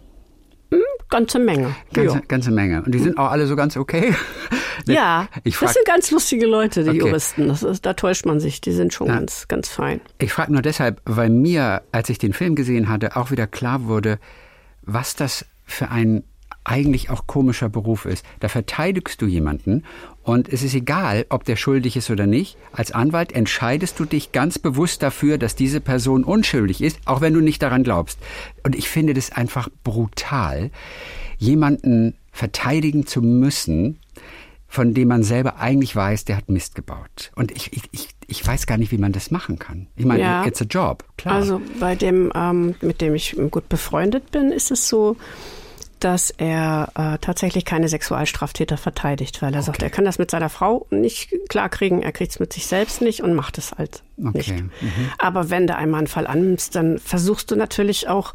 Ganze Menge. Ganze, ganze Menge. Und die sind auch alle so ganz okay? Ja, ich frag, das sind ganz lustige Leute, die okay. Juristen. Das ist, da täuscht man sich. Die sind schon ja. ganz, ganz fein. Ich frage nur deshalb, weil mir, als ich den Film gesehen hatte, auch wieder klar wurde, was das für ein eigentlich auch komischer Beruf ist. Da verteidigst du jemanden und es ist egal, ob der schuldig ist oder nicht. Als Anwalt entscheidest du dich ganz bewusst dafür, dass diese Person unschuldig ist, auch wenn du nicht daran glaubst. Und ich finde das einfach brutal, jemanden verteidigen zu müssen, von dem man selber eigentlich weiß, der hat Mist gebaut. Und ich, ich, ich, ich weiß gar nicht, wie man das machen kann. Ich meine, ja, it's a job, klar. Also bei dem, ähm, mit dem ich gut befreundet bin, ist es so, dass er äh, tatsächlich keine Sexualstraftäter verteidigt, weil er okay. sagt, er kann das mit seiner Frau nicht klarkriegen, er kriegt es mit sich selbst nicht und macht es halt okay. nicht. Mhm. Aber wenn du einmal einen Fall annimmst, dann versuchst du natürlich auch,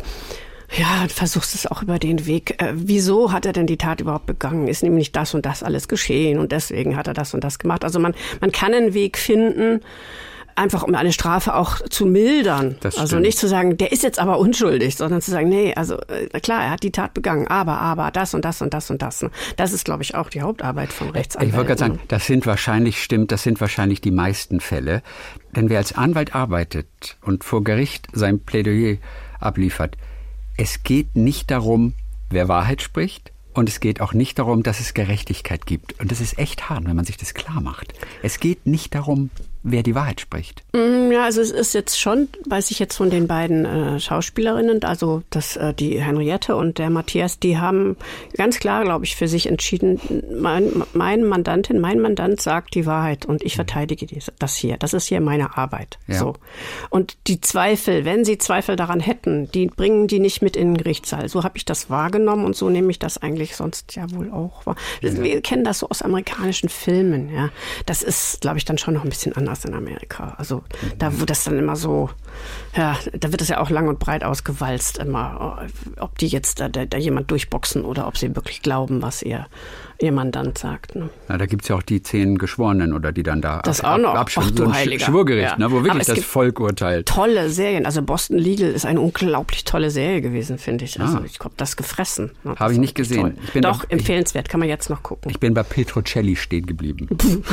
ja, versuchst es auch über den Weg. Äh, wieso hat er denn die Tat überhaupt begangen? Ist nämlich das und das alles geschehen und deswegen hat er das und das gemacht. Also man, man kann einen Weg finden, einfach um eine Strafe auch zu mildern. Also nicht zu sagen, der ist jetzt aber unschuldig, sondern zu sagen, nee, also äh, klar, er hat die Tat begangen, aber, aber, das und das und das und das. Das ist, glaube ich, auch die Hauptarbeit von Rechtsanwälten. Ich wollte gerade sagen, das sind wahrscheinlich, stimmt, das sind wahrscheinlich die meisten Fälle. Denn wer als Anwalt arbeitet und vor Gericht sein Plädoyer abliefert, es geht nicht darum, wer Wahrheit spricht, und es geht auch nicht darum, dass es Gerechtigkeit gibt. Und das ist echt hart, wenn man sich das klar macht. Es geht nicht darum, wer die Wahrheit spricht. Ja, also es ist jetzt schon, weiß ich jetzt von den beiden äh, Schauspielerinnen, also das, äh, die Henriette und der Matthias, die haben ganz klar, glaube ich, für sich entschieden, mein, mein Mandantin, mein Mandant sagt die Wahrheit und ich verteidige das hier. Das ist hier meine Arbeit. Ja. So. Und die Zweifel, wenn sie Zweifel daran hätten, die bringen die nicht mit in den Gerichtssaal. So habe ich das wahrgenommen und so nehme ich das eigentlich sonst ja wohl auch wahr. Ja. Wir kennen das so aus amerikanischen Filmen. Ja, das ist, glaube ich, dann schon noch ein bisschen anders in Amerika. Also da wird das dann immer so, ja, da wird das ja auch lang und breit ausgewalzt immer, ob die jetzt da, da, da jemand durchboxen oder ob sie wirklich glauben, was ihr, ihr Mandant sagt. Ne? Na, da gibt es ja auch die zehn Geschworenen oder die dann da das ab, auch noch. Ach, du so Heiliger. Schwurgericht, ja. Ne, wo wirklich das Volk urteilt. Tolle Serien. Also Boston Legal ist eine unglaublich tolle Serie gewesen, finde ich. Also ah. ich habe das gefressen. Ne? Habe ich nicht gesehen. Ich bin doch, doch empfehlenswert, kann man jetzt noch gucken. Ich bin bei Petrocelli stehen geblieben.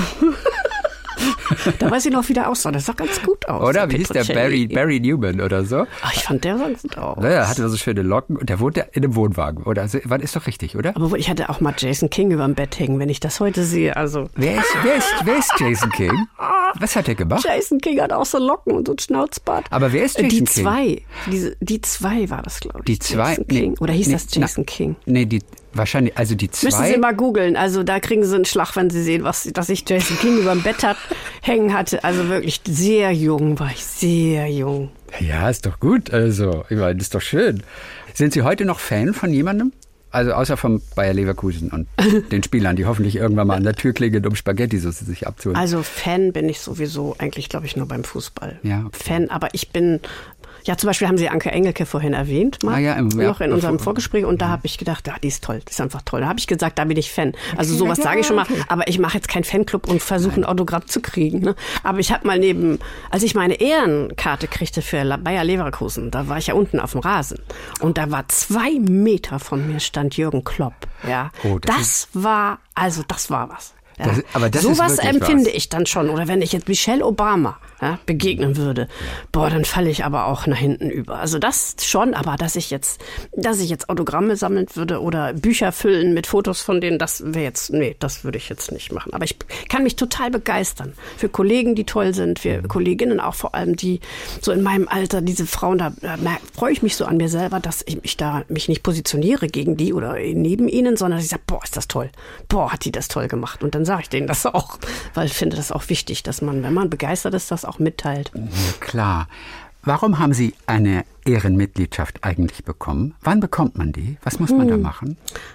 Da weiß ich noch, wie der aussah. Das sah ganz gut aus. Oder? Wie hieß der? Barry, Barry Newman oder so? Ach, ich fand, der sah gut aus. Ja, er hatte so schöne Locken und der wohnt ja in einem Wohnwagen. Oder? Also, ist doch richtig, oder? Aber ich hatte auch mal Jason King über dem Bett hängen, wenn ich das heute sehe. Also. Wer ist, wer ist, wer ist Jason King? Was hat er gemacht? Jason King hat auch so Locken und so ein Schnauzbart. Aber wer ist Jason die King? Die zwei. Diese, die zwei war das, glaube ich. Die zwei? Jason King. Nee, oder hieß nee, das Jason na, King? Nee, die, wahrscheinlich, also die zwei. Müssen Sie mal googeln. Also da kriegen Sie einen Schlag, wenn Sie sehen, was, dass ich Jason King über dem Bett hat, hängen hatte. Also wirklich sehr jung war ich, sehr jung. Ja, ist doch gut. Also, ich meine, ist doch schön. Sind Sie heute noch Fan von jemandem? Also außer vom Bayer Leverkusen und den Spielern, die hoffentlich irgendwann mal an der Tür klingeln, um Spaghetti-Soße sich abzuholen. Also Fan bin ich sowieso eigentlich, glaube ich, nur beim Fußball. Ja, okay. Fan, aber ich bin... Ja, zum Beispiel haben Sie Anke Engelke vorhin erwähnt, mal, ah, ja, im, ja, noch in unserem Vorgespräch. Und da habe ich gedacht, ja, die ist toll, die ist einfach toll. Da habe ich gesagt, da bin ich Fan. Also sowas ja, sage ich schon mal. Okay. Aber ich mache jetzt keinen Fanclub und versuche ein Autogramm zu kriegen. Ne? Aber ich habe mal neben, als ich meine Ehrenkarte kriegte für Bayer Leverkusen, da war ich ja unten auf dem Rasen. Und da war zwei Meter von mir stand Jürgen Klopp. Ja, oh, das, das war, also das war was. Ja. Das, aber das sowas ist empfinde was. ich dann schon. Oder wenn ich jetzt Michelle Obama ja, begegnen würde, boah, dann falle ich aber auch nach hinten über. Also das schon, aber dass ich jetzt, dass ich jetzt Autogramme sammeln würde oder Bücher füllen mit Fotos von denen, das wäre jetzt, nee, das würde ich jetzt nicht machen. Aber ich kann mich total begeistern für Kollegen, die toll sind, für Kolleginnen auch vor allem, die so in meinem Alter, diese Frauen, da, da freue ich mich so an mir selber, dass ich mich da mich nicht positioniere gegen die oder neben ihnen, sondern dass ich sage, boah, ist das toll, boah, hat die das toll gemacht. Und dann sage ich denen das auch, weil ich finde das auch wichtig, dass man, wenn man begeistert ist, das auch mitteilt. Ja, klar. Warum haben Sie eine Ehrenmitgliedschaft eigentlich bekommen? Wann bekommt man die? Was muss man hm. da machen?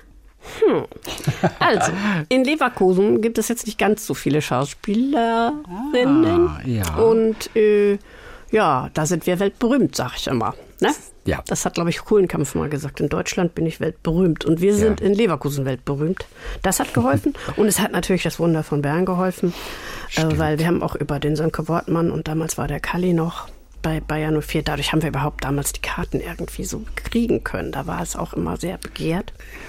Hm. Also, in Leverkusen gibt es jetzt nicht ganz so viele Schauspielerinnen. Ah, ja. Und äh, ja, da sind wir weltberühmt, sag ich immer. Ne? Ja. Das hat, glaube ich, Kuhlenkampf mal gesagt. In Deutschland bin ich weltberühmt. Und wir sind ja. in Leverkusen weltberühmt. Das hat geholfen. Und es hat natürlich das Wunder von Bern geholfen. Äh, weil wir haben auch über den Sönke Wortmann und damals war der Kalli noch bei Bayern null vier. Dadurch haben wir überhaupt damals die Karten irgendwie so kriegen können. Da war es auch immer sehr begehrt.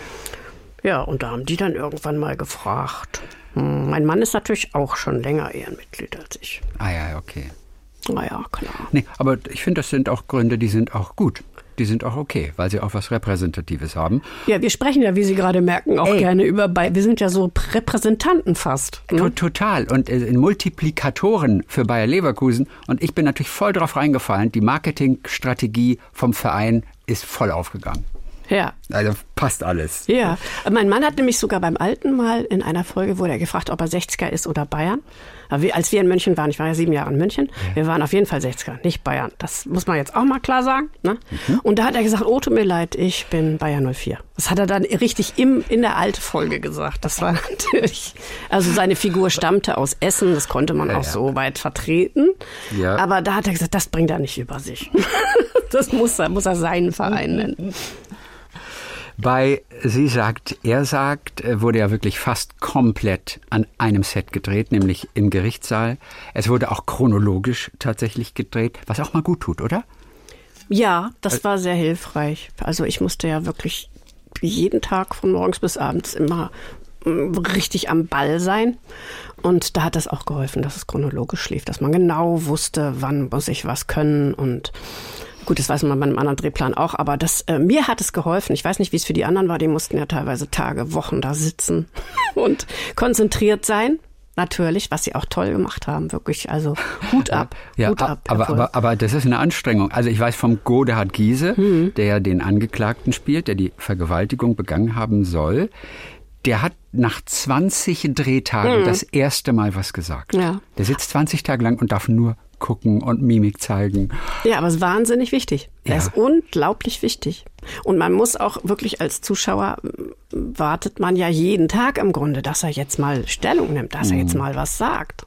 Ja, und da haben die dann irgendwann mal gefragt. Hm, mein Mann ist natürlich auch schon länger Ehrenmitglied als ich. Ah ja, okay. Naja, klar. Nee, aber ich finde, das sind auch Gründe, die sind auch gut. die sind auch okay, weil sie auch was Repräsentatives haben. Ja, wir sprechen ja, wie Sie gerade merken, auch Ey. gerne über, wir sind ja so Repräsentanten fast. Ne? Total. Und äh, Multiplikatoren für Bayer Leverkusen. Und ich bin natürlich voll drauf reingefallen. Die Marketingstrategie vom Verein ist voll aufgegangen. Ja. Also passt alles. Ja. Mein Mann hat nämlich sogar beim Alten mal in einer Folge, wurde er gefragt, ob er sechziger ist oder Bayern. Aber wir, als wir in München waren, ich war ja sieben Jahre in München, ja. wir waren auf jeden Fall sechziger, nicht Bayern. Das muss man jetzt auch mal klar sagen. Ne? Mhm. Und da hat er gesagt, oh, tut mir leid, ich bin Bayer null vier. Das hat er dann richtig im, in der alten Folge gesagt. Das war natürlich, also seine Figur stammte aus Essen, das konnte man ja, auch ja. so weit vertreten. Ja. Aber da hat er gesagt, das bringt er nicht über sich. Das muss er, muss er seinen Verein nennen. Bei Sie sagt, er sagt, wurde ja wirklich fast komplett an einem Set gedreht, nämlich im Gerichtssaal. Es wurde auch chronologisch tatsächlich gedreht, was auch mal gut tut, oder? Ja, das war sehr hilfreich. Also ich musste ja wirklich jeden Tag von morgens bis abends immer richtig am Ball sein. Und da hat das auch geholfen, dass es chronologisch lief, dass man genau wusste, wann muss ich was können und gut, das weiß man bei einem anderen Drehplan auch, aber das, äh, mir hat es geholfen. Ich weiß nicht, wie es für die anderen war. Die mussten ja teilweise Tage, Wochen da sitzen und konzentriert sein. Natürlich, was sie auch toll gemacht haben, wirklich. Also Hut ab, ja, Hut ab. Aber, aber, aber das ist eine Anstrengung. Also ich weiß vom Godehard Giese, hm. der den Angeklagten spielt, der die Vergewaltigung begangen haben soll. Der hat nach zwanzig Drehtagen hm. das erste Mal was gesagt. Ja. Der sitzt zwanzig Tage lang und darf nur gucken und Mimik zeigen. Ja, aber es ist wahnsinnig wichtig. Er ja. ist unglaublich wichtig. Und man muss auch wirklich als Zuschauer, wartet man ja jeden Tag im Grunde, dass er jetzt mal Stellung nimmt, dass mhm. er jetzt mal was sagt.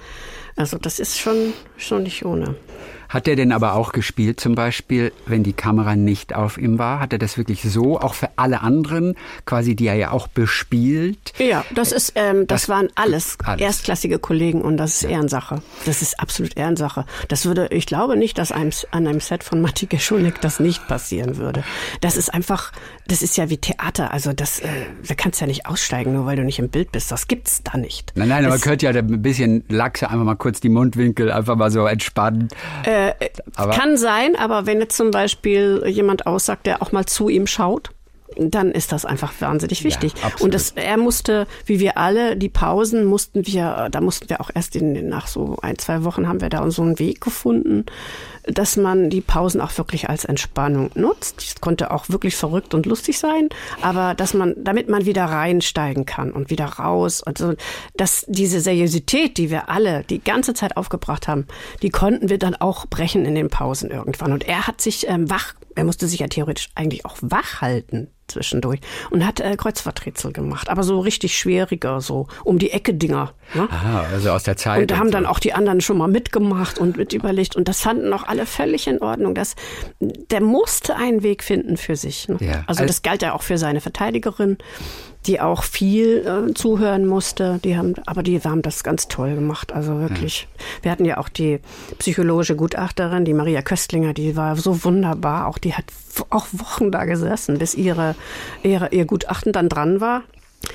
Also das ist schon, schon nicht ohne. Hat er denn aber auch gespielt, zum Beispiel, wenn die Kamera nicht auf ihm war? Hat er das wirklich so, auch für alle anderen, quasi, die er ja auch bespielt? Ja, das ist, ähm, das, das waren alles, alles erstklassige Kollegen und das ist ja. Ehrensache. Das ist absolut Ehrensache. Das würde, ich glaube nicht, dass einem, an einem Set von Matti Geschunek das nicht passieren würde. Das ist einfach, das ist ja wie Theater. Also das, äh, da kannst du ja nicht aussteigen, nur weil du nicht im Bild bist. Das gibt's da nicht. Nein, nein, das, aber man könnte ja ein bisschen laxe, einfach mal kurz die Mundwinkel, einfach mal so entspannen. Äh, Aber kann sein, aber wenn jetzt zum Beispiel jemand aussagt, der auch mal zu ihm schaut, dann ist das einfach wahnsinnig wichtig. Ja, und das, er musste, wie wir alle, die Pausen mussten wir, da mussten wir auch erst in, nach so ein, zwei Wochen haben wir da so einen Weg gefunden, dass man die Pausen auch wirklich als Entspannung nutzt. Das konnte auch wirklich verrückt und lustig sein, aber dass man, damit man wieder reinsteigen kann und wieder raus. Also, dass diese Seriosität, die wir alle die ganze Zeit aufgebracht haben, die konnten wir dann auch brechen in den Pausen irgendwann. Und er hat sich ähm, wach, er musste sich ja theoretisch eigentlich auch wach halten zwischendurch und hat äh, Kreuzworträtsel gemacht, aber so richtig schwieriger, so um die Ecke Dinger. Ne? Aha, also aus der Zeit. Und da haben so. dann auch die anderen schon mal mitgemacht und mit überlegt und das fanden auch alle völlig in Ordnung. Das, der musste einen Weg finden für sich. Ne? Ja. Also das galt ja auch für seine Verteidigerin, die auch viel äh, zuhören musste. Die haben, aber die haben das ganz toll gemacht. Also wirklich. Ja. Wir hatten ja auch die psychologische Gutachterin, die Maria Köstlinger, die war so wunderbar. Auch die hat auch Wochen da gesessen, bis ihre, ihre ihr Gutachten dann dran war.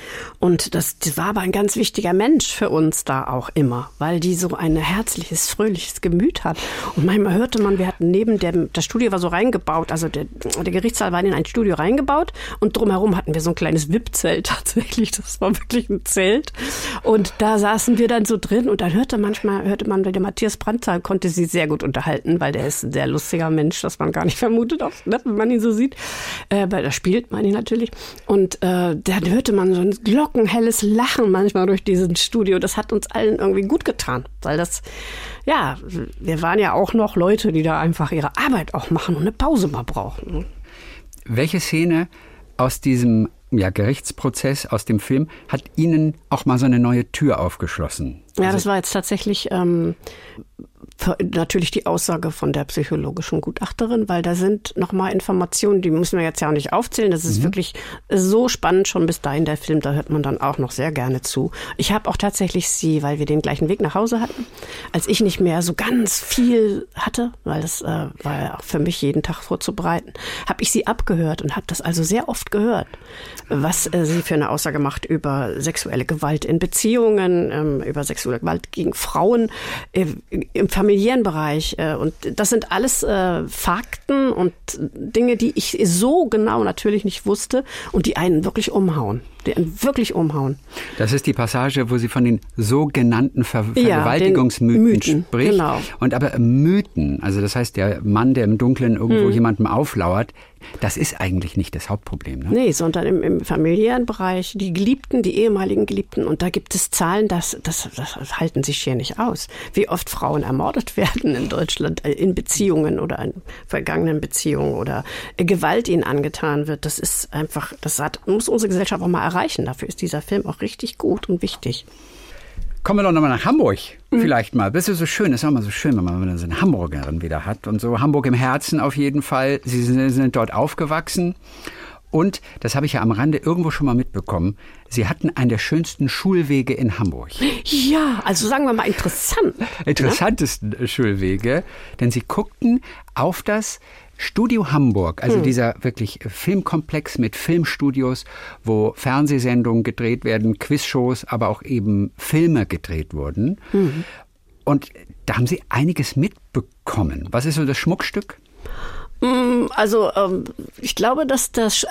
Und das, das war aber ein ganz wichtiger Mensch für uns da auch immer, weil die so ein herzliches, fröhliches Gemüt hat. Und manchmal hörte man, wir hatten neben dem, das Studio war so reingebaut, also der, der Gerichtssaal war in ein Studio reingebaut und drumherum hatten wir so ein kleines V I P-Zelt tatsächlich. Das war wirklich ein Zelt. Und da saßen wir dann so drin und dann hörte manchmal, hörte man, der Matthias Brandthalb konnte sie sehr gut unterhalten, weil der ist ein sehr lustiger Mensch, das man gar nicht vermutet, auch, ne, wenn man ihn so sieht. Äh, weil da spielt man ihn natürlich. Und äh, dann hörte man so ein glockenhelles Lachen manchmal durch dieses Studio. Das hat uns allen irgendwie gut getan, weil das, ja, wir waren ja auch noch Leute, die da einfach ihre Arbeit auch machen und eine Pause mal brauchen. Welche Szene aus diesem ja, Gerichtsprozess, aus dem Film, hat Ihnen auch mal so eine neue Tür aufgeschlossen? Ja, das war jetzt tatsächlich ähm, natürlich die Aussage von der psychologischen Gutachterin, weil da sind nochmal Informationen, die müssen wir jetzt ja auch nicht aufzählen. Das ist mhm. wirklich so spannend schon bis dahin, der Film, da hört man dann auch noch sehr gerne zu. Ich habe auch tatsächlich sie, weil wir den gleichen Weg nach Hause hatten, als ich nicht mehr so ganz viel hatte, weil das äh, war ja auch für mich jeden Tag vorzubereiten, habe ich sie abgehört und habe das also sehr oft gehört, was äh, sie für eine Aussage macht über sexuelle Gewalt in Beziehungen, ähm, über sexuelle Gewalt gegen Frauen, äh, im Familien familiären Bereich. Äh, und das sind alles äh, Fakten und Dinge, die ich so genau natürlich nicht wusste und die einen wirklich umhauen. Die einen wirklich umhauen. Das ist die Passage, wo sie von den sogenannten Ver ja, Vergewaltigungsmythen Mythen, spricht. Genau. Und aber Mythen, also das heißt, der Mann, der im Dunkeln irgendwo hm. jemandem auflauert, das ist eigentlich nicht das Hauptproblem. Ne? Nee, sondern im, im familiären Bereich, die Geliebten, die ehemaligen Geliebten. Und da gibt es Zahlen, das, das, das halten sich hier nicht aus. Wie oft Frauen ermordet werden in Deutschland in Beziehungen oder in vergangenen Beziehungen oder Gewalt ihnen angetan wird. Das ist einfach, das hat, muss unsere Gesellschaft auch mal erreichen. Dafür ist dieser Film auch richtig gut und wichtig. Kommen wir doch nochmal nach Hamburg, mhm. vielleicht mal. Das ist so schön, das ist auch mal so schön, wenn man so eine Hamburgerin wieder hat. Und so Hamburg im Herzen auf jeden Fall. Sie sind, sind dort aufgewachsen. Und, das habe ich ja am Rande irgendwo schon mal mitbekommen, Sie hatten einen der schönsten Schulwege in Hamburg. Ja, also sagen wir mal interessant. Interessantesten ne? Schulwege, denn Sie guckten auf das Studio Hamburg, also hm. dieser wirklich Filmkomplex mit Filmstudios, wo Fernsehsendungen gedreht werden, Quizshows, aber auch eben Filme gedreht wurden. Hm. Und da haben Sie einiges mitbekommen. Was ist so das Schmuckstück? Also ähm, ich glaube, dass das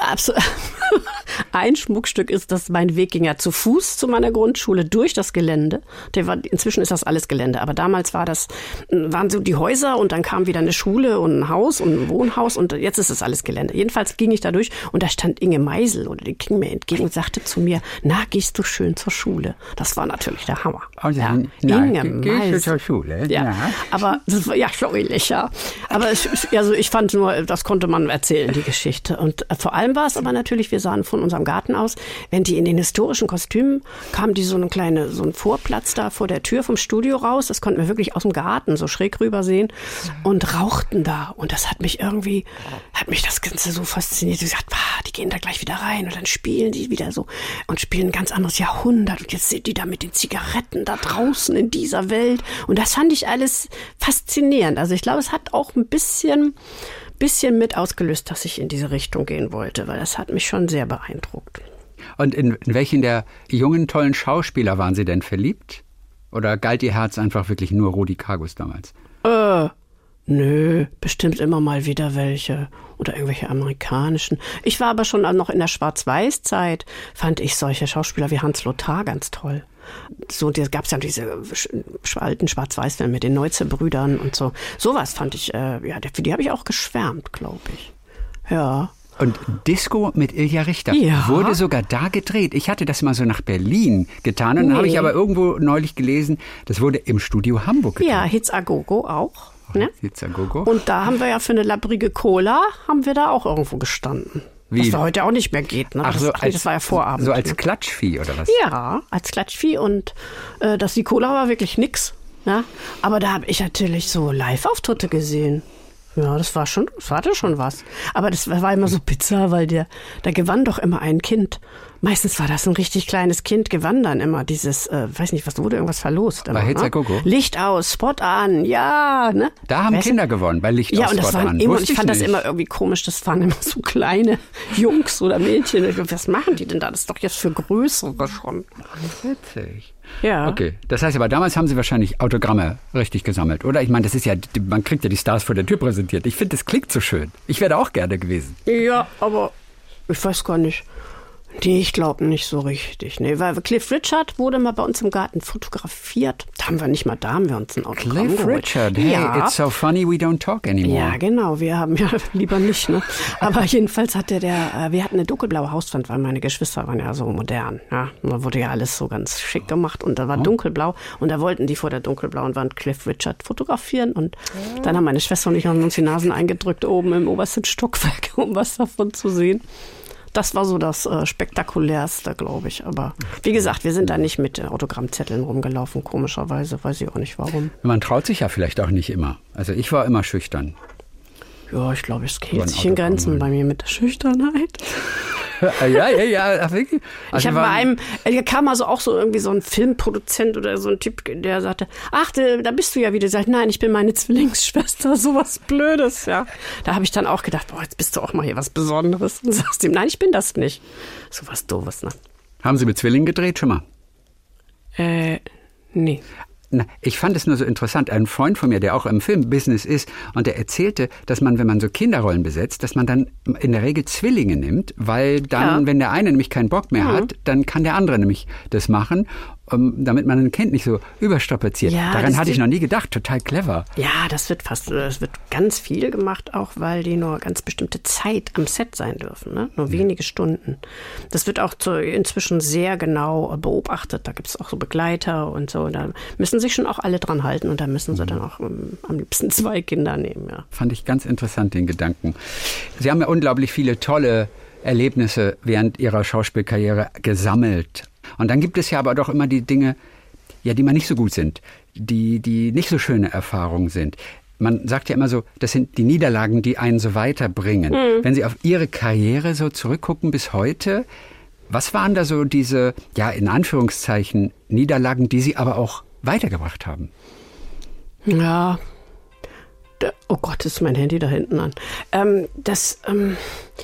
ein Schmuckstück ist, dass mein Weg ging ja zu Fuß zu meiner Grundschule durch das Gelände. Der war, inzwischen ist das alles Gelände, aber damals war das, waren so die Häuser und dann kam wieder eine Schule und ein Haus und ein Wohnhaus und jetzt ist das alles Gelände. Jedenfalls ging ich da durch und da stand Inge Meisel oder die ging mir entgegen und sagte zu mir, na, gehst du schön zur Schule? Das war natürlich der Hammer. Also, ja, na, Inge Meisel. Gehst du zur Schule? Ja, ja. Aber das war ja schlaulich, ja. Aber es, also ich fand nur, das konnte man erzählen, die Geschichte. Und vor allem war es aber natürlich, wir sahen von unserem Garten aus, wenn die in den historischen Kostümen kamen, die so eine kleine, so einen Vorplatz da vor der Tür vom Studio raus, das konnten wir wirklich aus dem Garten so schräg rüber sehen und rauchten da. Und das hat mich irgendwie, hat mich das Ganze so fasziniert. Ich gesagt, ah, die gehen da gleich wieder rein und dann spielen die wieder so und spielen ein ganz anderes Jahrhundert. Und jetzt sind die da mit den Zigaretten da draußen in dieser Welt. Und das fand ich alles faszinierend. Also ich glaube, es hat auch ein bisschen... bisschen mit ausgelöst, dass ich in diese Richtung gehen wollte, weil das hat mich schon sehr beeindruckt. Und in, in welchen der jungen, tollen Schauspieler waren Sie denn verliebt? Oder galt Ihr Herz einfach wirklich nur Rudi Kargus damals? Äh, nö, bestimmt immer mal wieder welche. Oder irgendwelche amerikanischen. Ich war aber schon noch in der Schwarz-Weiß-Zeit, fand ich solche Schauspieler wie Hans Lothar ganz toll. So, da gab es ja diese alten Schwarz-Weiß-Filme mit den Neuze-Brüdern und so. Sowas fand ich, äh, ja, für die habe ich auch geschwärmt, glaube ich. Ja. Und Disco mit Ilja Richter ja. wurde sogar da gedreht. Ich hatte das mal so nach Berlin getan. Und nee. Dann habe ich aber irgendwo neulich gelesen, das wurde im Studio Hamburg gedreht. Ja, Hitz a Go-Go auch. Ne? Hitz a Go-Go. Und da haben wir ja für eine labbrige Cola, haben wir da auch irgendwo gestanden. Wie? Was da heute auch nicht mehr geht. Ne? Ach das, so, das als, war ja Vorabend. So als ne? Klatschvieh oder was? Ja, als Klatschvieh. Und äh, das die Cola war wirklich nix. Ne? Aber da habe ich natürlich so Live-Auftritte gesehen. Ja, das war schon, das hatte schon was. Aber das war immer so bizarr, weil der, da gewann doch immer ein Kind. Meistens war das ein richtig kleines Kind, gewann dann immer dieses, äh, weiß nicht, was wurde irgendwas verlost. Immer, bei Hitz a ne? Go-Go? Licht aus, Spot an, ja, ne? Da haben weißt Kinder du? gewonnen, bei Licht ja, aus, und das Spot waren an. Immer, und ich fand nicht. das immer irgendwie komisch, das waren immer so kleine Jungs oder Mädchen. Was machen die denn da? Das ist doch jetzt für Größere schon. Witzig. Ja. Okay, das heißt aber, damals haben Sie wahrscheinlich Autogramme richtig gesammelt, oder? Ich meine, das ist ja, man kriegt ja die Stars vor der Tür präsentiert. Ich finde, das klingt so schön. Ich wäre auch gerne gewesen. Ja, aber ich weiß gar nicht. Nee, ich glaube nicht so richtig. Nee, weil Cliff Richard wurde mal bei uns im Garten fotografiert. Da haben wir nicht mal, da haben wir uns ein Autogramm Cliff geholt. Richard, hey, ja. It's so funny we don't talk anymore. Ja, genau, wir haben ja lieber nicht, ne? Aber jedenfalls hatte der, wir hatten eine dunkelblaue Hauswand, weil meine Geschwister waren ja so modern, ja. Und da wurde ja alles so ganz schick gemacht und da war oh. dunkelblau und da wollten die vor der dunkelblauen Wand Cliff Richard fotografieren und ja. dann haben meine Schwester und ich uns die Nasen eingedrückt oben im obersten Stockwerk, um was davon zu sehen. Das war so das äh, Spektakulärste, glaube ich. Aber wie gesagt, wir sind da nicht mit äh, Autogrammzetteln rumgelaufen, komischerweise. Weiß ich auch nicht, warum. Man traut sich ja vielleicht auch nicht immer. Also ich war immer schüchtern. Ja, ich glaube, es hält sich in Grenzen bei mir mit der Schüchternheit. ja, ja, ja, wirklich. Also ich habe bei einem, da kam also auch so irgendwie so ein Filmproduzent oder so ein Typ, der sagte, ach, da bist du ja wieder. Sag ich, nein, ich bin meine Zwillingsschwester, sowas Blödes, ja. Da habe ich dann auch gedacht, boah, jetzt bist du auch mal hier was Besonderes. Und sagst ihm, nein, ich bin das nicht. So was Doofes, ne? Haben Sie mit Zwillingen gedreht schon mal? Äh, nee. Na, ich fand es nur so interessant. Ein Freund von mir, der auch im Filmbusiness ist, und der erzählte, dass man, wenn man so Kinderrollen besetzt, dass man dann in der Regel Zwillinge nimmt, weil dann, ja. wenn der eine nämlich keinen Bock mehr mhm. hat, dann kann der andere nämlich das machen, um, damit man ein Kind nicht so überstrapaziert. Ja, Daran hatte ich noch nie gedacht. Total clever. Ja, das wird fast, das wird ganz viel gemacht, auch weil die nur ganz bestimmte Zeit am Set sein dürfen, ne? Nur ja. wenige Stunden. Das wird auch zu, inzwischen sehr genau beobachtet. Da gibt es auch so Begleiter und so. Da müssen sich schon auch alle dran halten und da müssen sie mhm. dann auch um, am liebsten zwei Kinder nehmen. Ja. Fand ich ganz interessant, den Gedanken. Sie haben ja unglaublich viele tolle Erlebnisse während Ihrer Schauspielkarriere gesammelt. Und dann gibt es ja aber doch immer die Dinge, ja, die mal nicht so gut sind, die, die nicht so schöne Erfahrungen sind. Man sagt ja immer so, das sind die Niederlagen, die einen so weiterbringen. Mhm. Wenn Sie auf Ihre Karriere so zurückgucken bis heute, was waren da so diese, ja, in Anführungszeichen, Niederlagen, die Sie aber auch weitergebracht haben? Ja, da, oh Gott, ist mein Handy da hinten an. Ähm, das, ähm,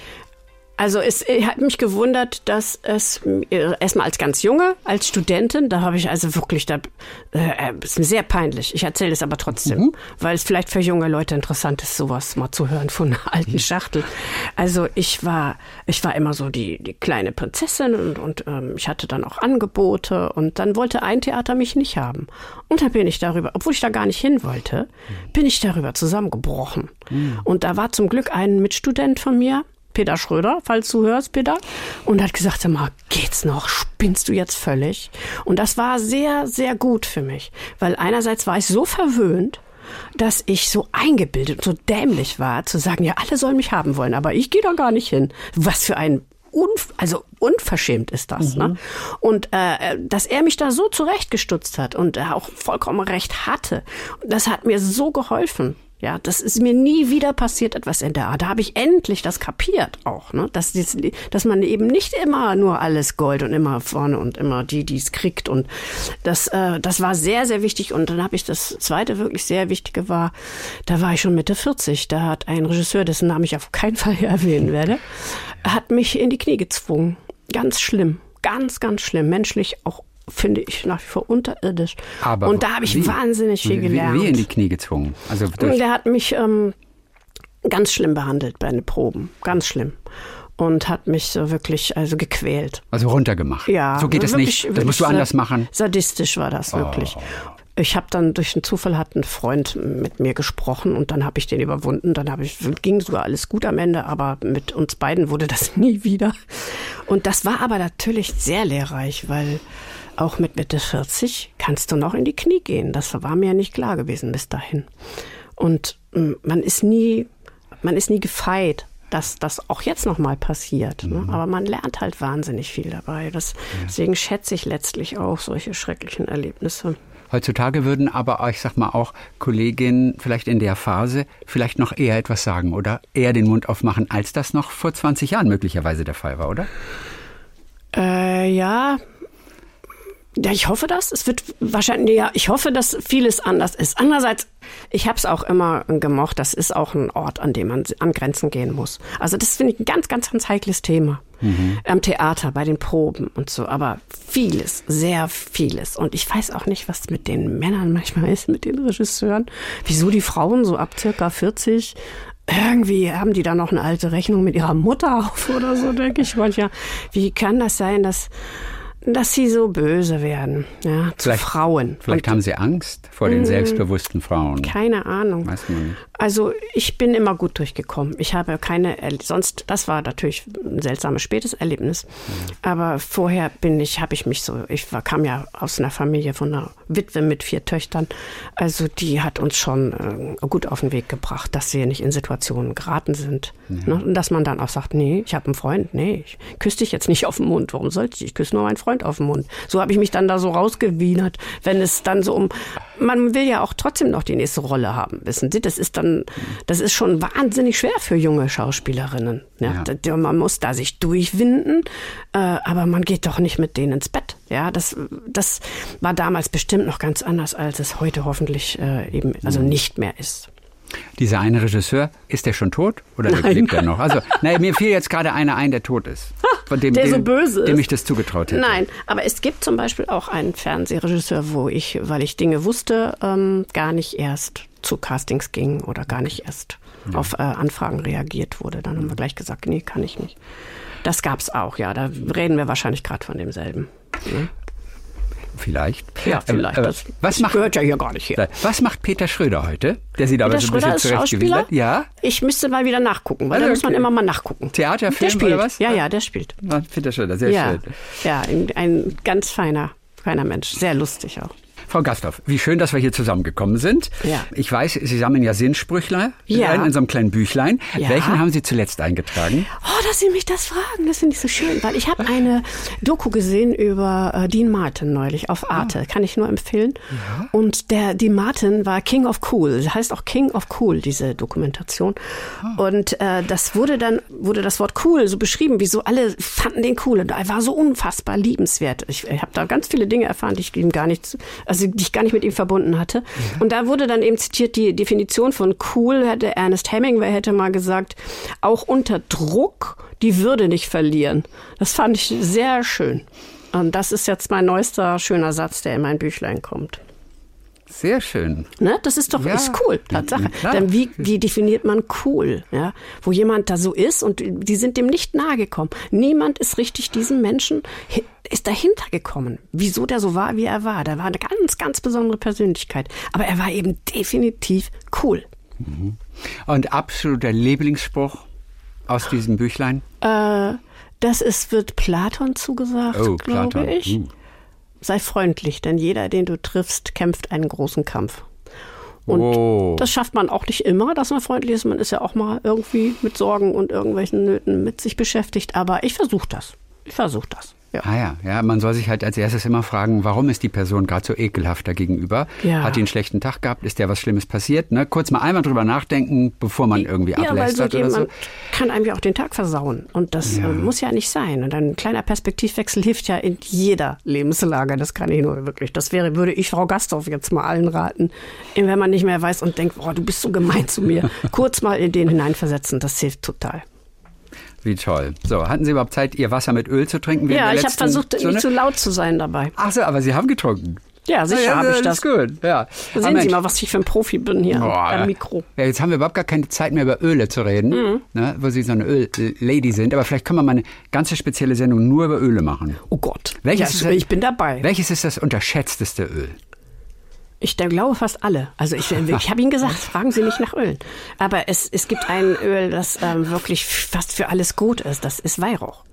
Also es hat mich gewundert, dass es erstmal als ganz Junge, als Studentin, da habe ich also wirklich, da äh, ist mir sehr peinlich. Ich erzähle es aber trotzdem, mhm. weil es vielleicht für junge Leute interessant ist, sowas mal zu hören von einer alten Schachtel. Also ich war, ich war immer so die, die kleine Prinzessin und, und ähm, ich hatte dann auch Angebote und dann wollte ein Theater mich nicht haben. Und da bin ich darüber, obwohl ich da gar nicht hin wollte, bin ich darüber zusammengebrochen. Mhm. Und da war zum Glück ein Mitstudent von mir, Peter Schröder, falls du hörst, Peter, und hat gesagt, sag mal, geht's noch? Spinnst du jetzt völlig? Und das war sehr, sehr gut für mich, weil einerseits war ich so verwöhnt, dass ich so eingebildet, so dämlich war, zu sagen, ja, alle sollen mich haben wollen, aber ich gehe da gar nicht hin. Was für ein Unf- also unverschämt ist das, mhm. ne? Und äh, dass er mich da so zurechtgestutzt hat und er auch vollkommen recht hatte, das hat mir so geholfen. Ja, das ist mir nie wieder passiert, etwas in der Art. Da habe ich endlich das kapiert auch, ne? Dass, das, dass man eben nicht immer nur alles Gold und immer vorne und immer die, die es kriegt. Und das, äh, das war sehr, sehr wichtig. Und dann habe ich das zweite wirklich sehr Wichtige war, da war ich schon Mitte vierzig. Da hat ein Regisseur, dessen Namen ich auf keinen Fall hier erwähnen werde, hat mich in die Knie gezwungen. Ganz schlimm, ganz, ganz schlimm. Menschlich auch, finde ich, nach wie vor unterirdisch. Aber und da habe ich wie, wahnsinnig viel gelernt. Wie in die Knie gezwungen? Also der hat mich ähm, ganz schlimm behandelt bei den Proben. Ganz schlimm. Und hat mich so wirklich also gequält. Also runtergemacht? Ja. So geht es nicht? Das musst du anders machen? Sadistisch war das wirklich. Oh. Ich habe dann durch einen Zufall hat ein Freund mit mir gesprochen und dann habe ich den überwunden. Dann habe ich ging sogar alles gut am Ende, aber mit uns beiden wurde das nie wieder. Und das war aber natürlich sehr lehrreich, weil auch mit Mitte vierzig kannst du noch in die Knie gehen. Das war mir nicht klar gewesen bis dahin. Und man ist nie, man ist nie gefeit, dass das auch jetzt noch mal passiert. Mhm. Ne? Aber man lernt halt wahnsinnig viel dabei. Das, ja. Deswegen schätze ich letztlich auch solche schrecklichen Erlebnisse. Heutzutage würden aber, ich sag mal, auch Kolleginnen vielleicht in der Phase vielleicht noch eher etwas sagen oder eher den Mund aufmachen, als das noch vor zwanzig Jahren möglicherweise der Fall war, oder? Äh, ja. Ja, ich hoffe das. Es wird wahrscheinlich, ja, ich hoffe, dass vieles anders ist. Andererseits, ich habe es auch immer gemocht, das ist auch ein Ort, an dem man an Grenzen gehen muss. Also das finde ich ein ganz, ganz, ganz heikles Thema. Mhm. Am Theater, bei den Proben und so. Aber vieles, sehr vieles. Und ich weiß auch nicht, was mit den Männern manchmal ist, mit den Regisseuren. Wieso die Frauen so ab circa vierzig... Irgendwie haben die da noch eine alte Rechnung mit ihrer Mutter auf oder so, denke ich manchmal. Wie kann das sein, dass, dass sie so böse werden, ja, zu vielleicht, Frauen? Vielleicht und, haben sie Angst vor den mh, selbstbewussten Frauen. Keine Ahnung. Weiß man nicht. Also ich bin immer gut durchgekommen. Ich habe keine, sonst, das war natürlich ein seltsames spätes Erlebnis. Mhm. Aber vorher bin ich, habe ich mich so, ich war, kam ja aus einer Familie von einer Witwe mit vier Töchtern. Also die hat uns schon äh, gut auf den Weg gebracht, dass wir nicht in Situationen geraten sind. Ja. Ne? Und dass man dann auch sagt, nee, ich habe einen Freund, nee, ich küsse dich jetzt nicht auf den Mund. Warum sollte ich? Ich küsse nur meinen Freund auf den Mund. So habe ich mich dann da so rausgewienert, wenn es dann so um, man will ja auch trotzdem noch die nächste Rolle haben, wissen Sie, das ist dann, das ist schon wahnsinnig schwer für junge Schauspielerinnen. Ja? Ja. Man muss da sich durchwinden, äh, aber man geht doch nicht mit denen ins Bett. Ja, das, das war damals bestimmt noch ganz anders, als es heute hoffentlich äh, eben also nicht mehr ist. Dieser eine Regisseur, ist der schon tot oder Nein. lebt er noch? Also, nein, mir fiel jetzt gerade einer ein, der tot ist. von dem, der dem, so böse ist. Dem ich das zugetraut hätte. Nein, aber es gibt zum Beispiel auch einen Fernsehregisseur, wo ich, weil ich Dinge wusste, ähm, gar nicht erst zu Castings ging oder gar nicht erst ja. auf äh, Anfragen reagiert wurde. Dann haben wir gleich gesagt, nee, kann ich nicht. Das gab's auch, ja. Da reden wir wahrscheinlich gerade von demselben. Ne? Vielleicht. Ja, vielleicht. Aber, das was das macht, gehört ja hier gar nicht her. Was macht Peter Schröder heute? Der sieht aber Peter so ein Schröder bisschen ist Schauspieler? hat. Ja. Ich müsste mal wieder nachgucken, weil Also, da muss man okay. immer mal nachgucken. Theater, Film der spielt. oder was? Ja, ja, der spielt. Peter Schröder, sehr ja. schön. Ja, ein, ein ganz feiner, feiner Mensch. Sehr lustig auch. Frau Gasthoff, wie schön, dass wir hier zusammengekommen sind. Ja. Ich weiß, Sie sammeln ja Sinnsprüchlein ja. in so einem kleinen Büchlein. Ja. Welchen haben Sie zuletzt eingetragen? Oh, dass Sie mich das fragen, das finde ich so schön, weil ich habe eine Doku gesehen über äh, Dean Martin neulich auf Arte, ah. kann ich nur empfehlen. Ja. Und der Dean Martin war King of Cool, das heißt auch King of Cool, diese Dokumentation. Ah. Und äh, das wurde dann, wurde das Wort cool so beschrieben, wie so alle fanden den cool und er war so unfassbar liebenswert. Ich, ich habe da ganz viele Dinge erfahren, die ich ihm gar nicht, also die ich gar nicht mit ihm verbunden hatte. Ja. Und da wurde dann eben zitiert, die Definition von cool, hätte Ernest Hemingway hätte mal gesagt, auch unter Druck die Würde nicht verlieren. Das fand ich sehr schön. Und das ist jetzt mein neuester schöner Satz, der in mein Büchlein kommt. Sehr schön. Ne? Das ist doch ja. ist cool, Tatsache. Ja, Dann wie, wie definiert man cool? Ja? Wo jemand da so ist und die sind dem nicht nahe gekommen. Niemand ist richtig diesem Menschen, ist dahinter gekommen, wieso der so war, wie er war. Der war eine ganz, ganz besondere Persönlichkeit. Aber er war eben definitiv cool. Mhm. Und absoluter Lieblingsspruch aus diesem Büchlein? Äh, das ist, wird Platon zugesagt, oh, glaube Platon. ich. Uh. Sei freundlich, denn jeder, den du triffst, kämpft einen großen Kampf. Und oh. das schafft man auch nicht immer, dass man freundlich ist. Man ist ja auch mal irgendwie mit Sorgen und irgendwelchen Nöten mit sich beschäftigt. Aber ich versuche das. Ich versuche das. Ja. Ah ja, ja, man soll sich halt als erstes immer fragen, warum ist die Person gerade so ekelhaft dagegenüber? Ja. Hat die einen schlechten Tag gehabt? Ist der was Schlimmes passiert? Ne? Kurz mal einmal drüber nachdenken, bevor man irgendwie ja, ablästert weil so oder jemand so. kann einem ja auch den Tag versauen. Und das Ja. äh, muss ja nicht sein. Und ein kleiner Perspektivwechsel hilft ja in jeder Lebenslage. Das kann ich nur wirklich. Das wäre, würde ich Frau Gasthoff jetzt mal allen raten. Wenn man nicht mehr weiß und denkt, oh, du bist so gemein zu mir. Kurz mal in den hineinversetzen. Das hilft total. Wie toll. So, hatten Sie überhaupt Zeit, Ihr Wasser mit Öl zu trinken? Ja, ich habe versucht, Stunde? nicht zu laut zu sein dabei. Ach so, aber Sie haben getrunken. Ja, sicher ja, habe ich das. Das ist gut, ja. Sehen Aber Sie Mensch, mal, was ich für ein Profi bin hier boah, am Mikro. Ja, jetzt haben wir überhaupt gar keine Zeit mehr, über Öle zu reden, Mhm. ne, wo Sie so eine Öl-Lady sind. Aber vielleicht können wir mal eine ganze spezielle Sendung nur über Öle machen. Oh Gott, Welches ja, ist, ich bin dabei. Welches ist das unterschätzteste Öl? Ich glaube fast alle. Also ich, ich habe Ihnen gesagt, fragen Sie nicht nach Ölen. Aber es, es gibt ein Öl, das ähm, wirklich fast für alles gut ist. Das ist Weihrauch.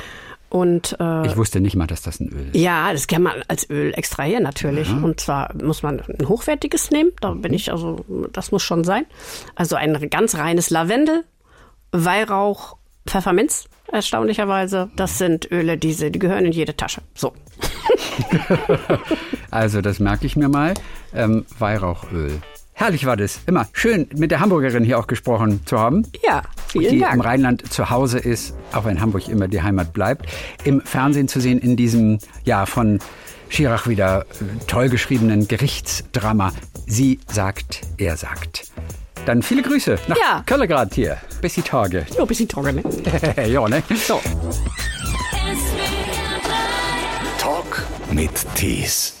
Und, äh, Ich wusste nicht mal, dass das ein Öl ist. ja, das kann man als Öl extrahieren natürlich. Mhm. Und zwar muss man ein hochwertiges nehmen. Da bin ich also, das muss schon sein. Also ein ganz reines Lavendel, Weihrauch, Pfefferminz. Erstaunlicherweise, das sind Öle, diese, die gehören in jede Tasche. So. Also das merke ich mir mal. Ähm, Weihrauchöl. Herrlich war das. Immer schön, mit der Hamburgerin hier auch gesprochen zu haben. Ja, vielen die Dank. im Rheinland zu Hause ist, auch wenn Hamburg immer die Heimat bleibt. Im Fernsehen zu sehen in diesem, ja, von Schirach wieder toll geschriebenen Gerichtsdrama. Sie sagt, er sagt. Dann viele Grüße nach Ja. Köllegrad hier. Bis die Tage. Jo, bis die Tage, ne? ja, ne? So. Talk mit Tees.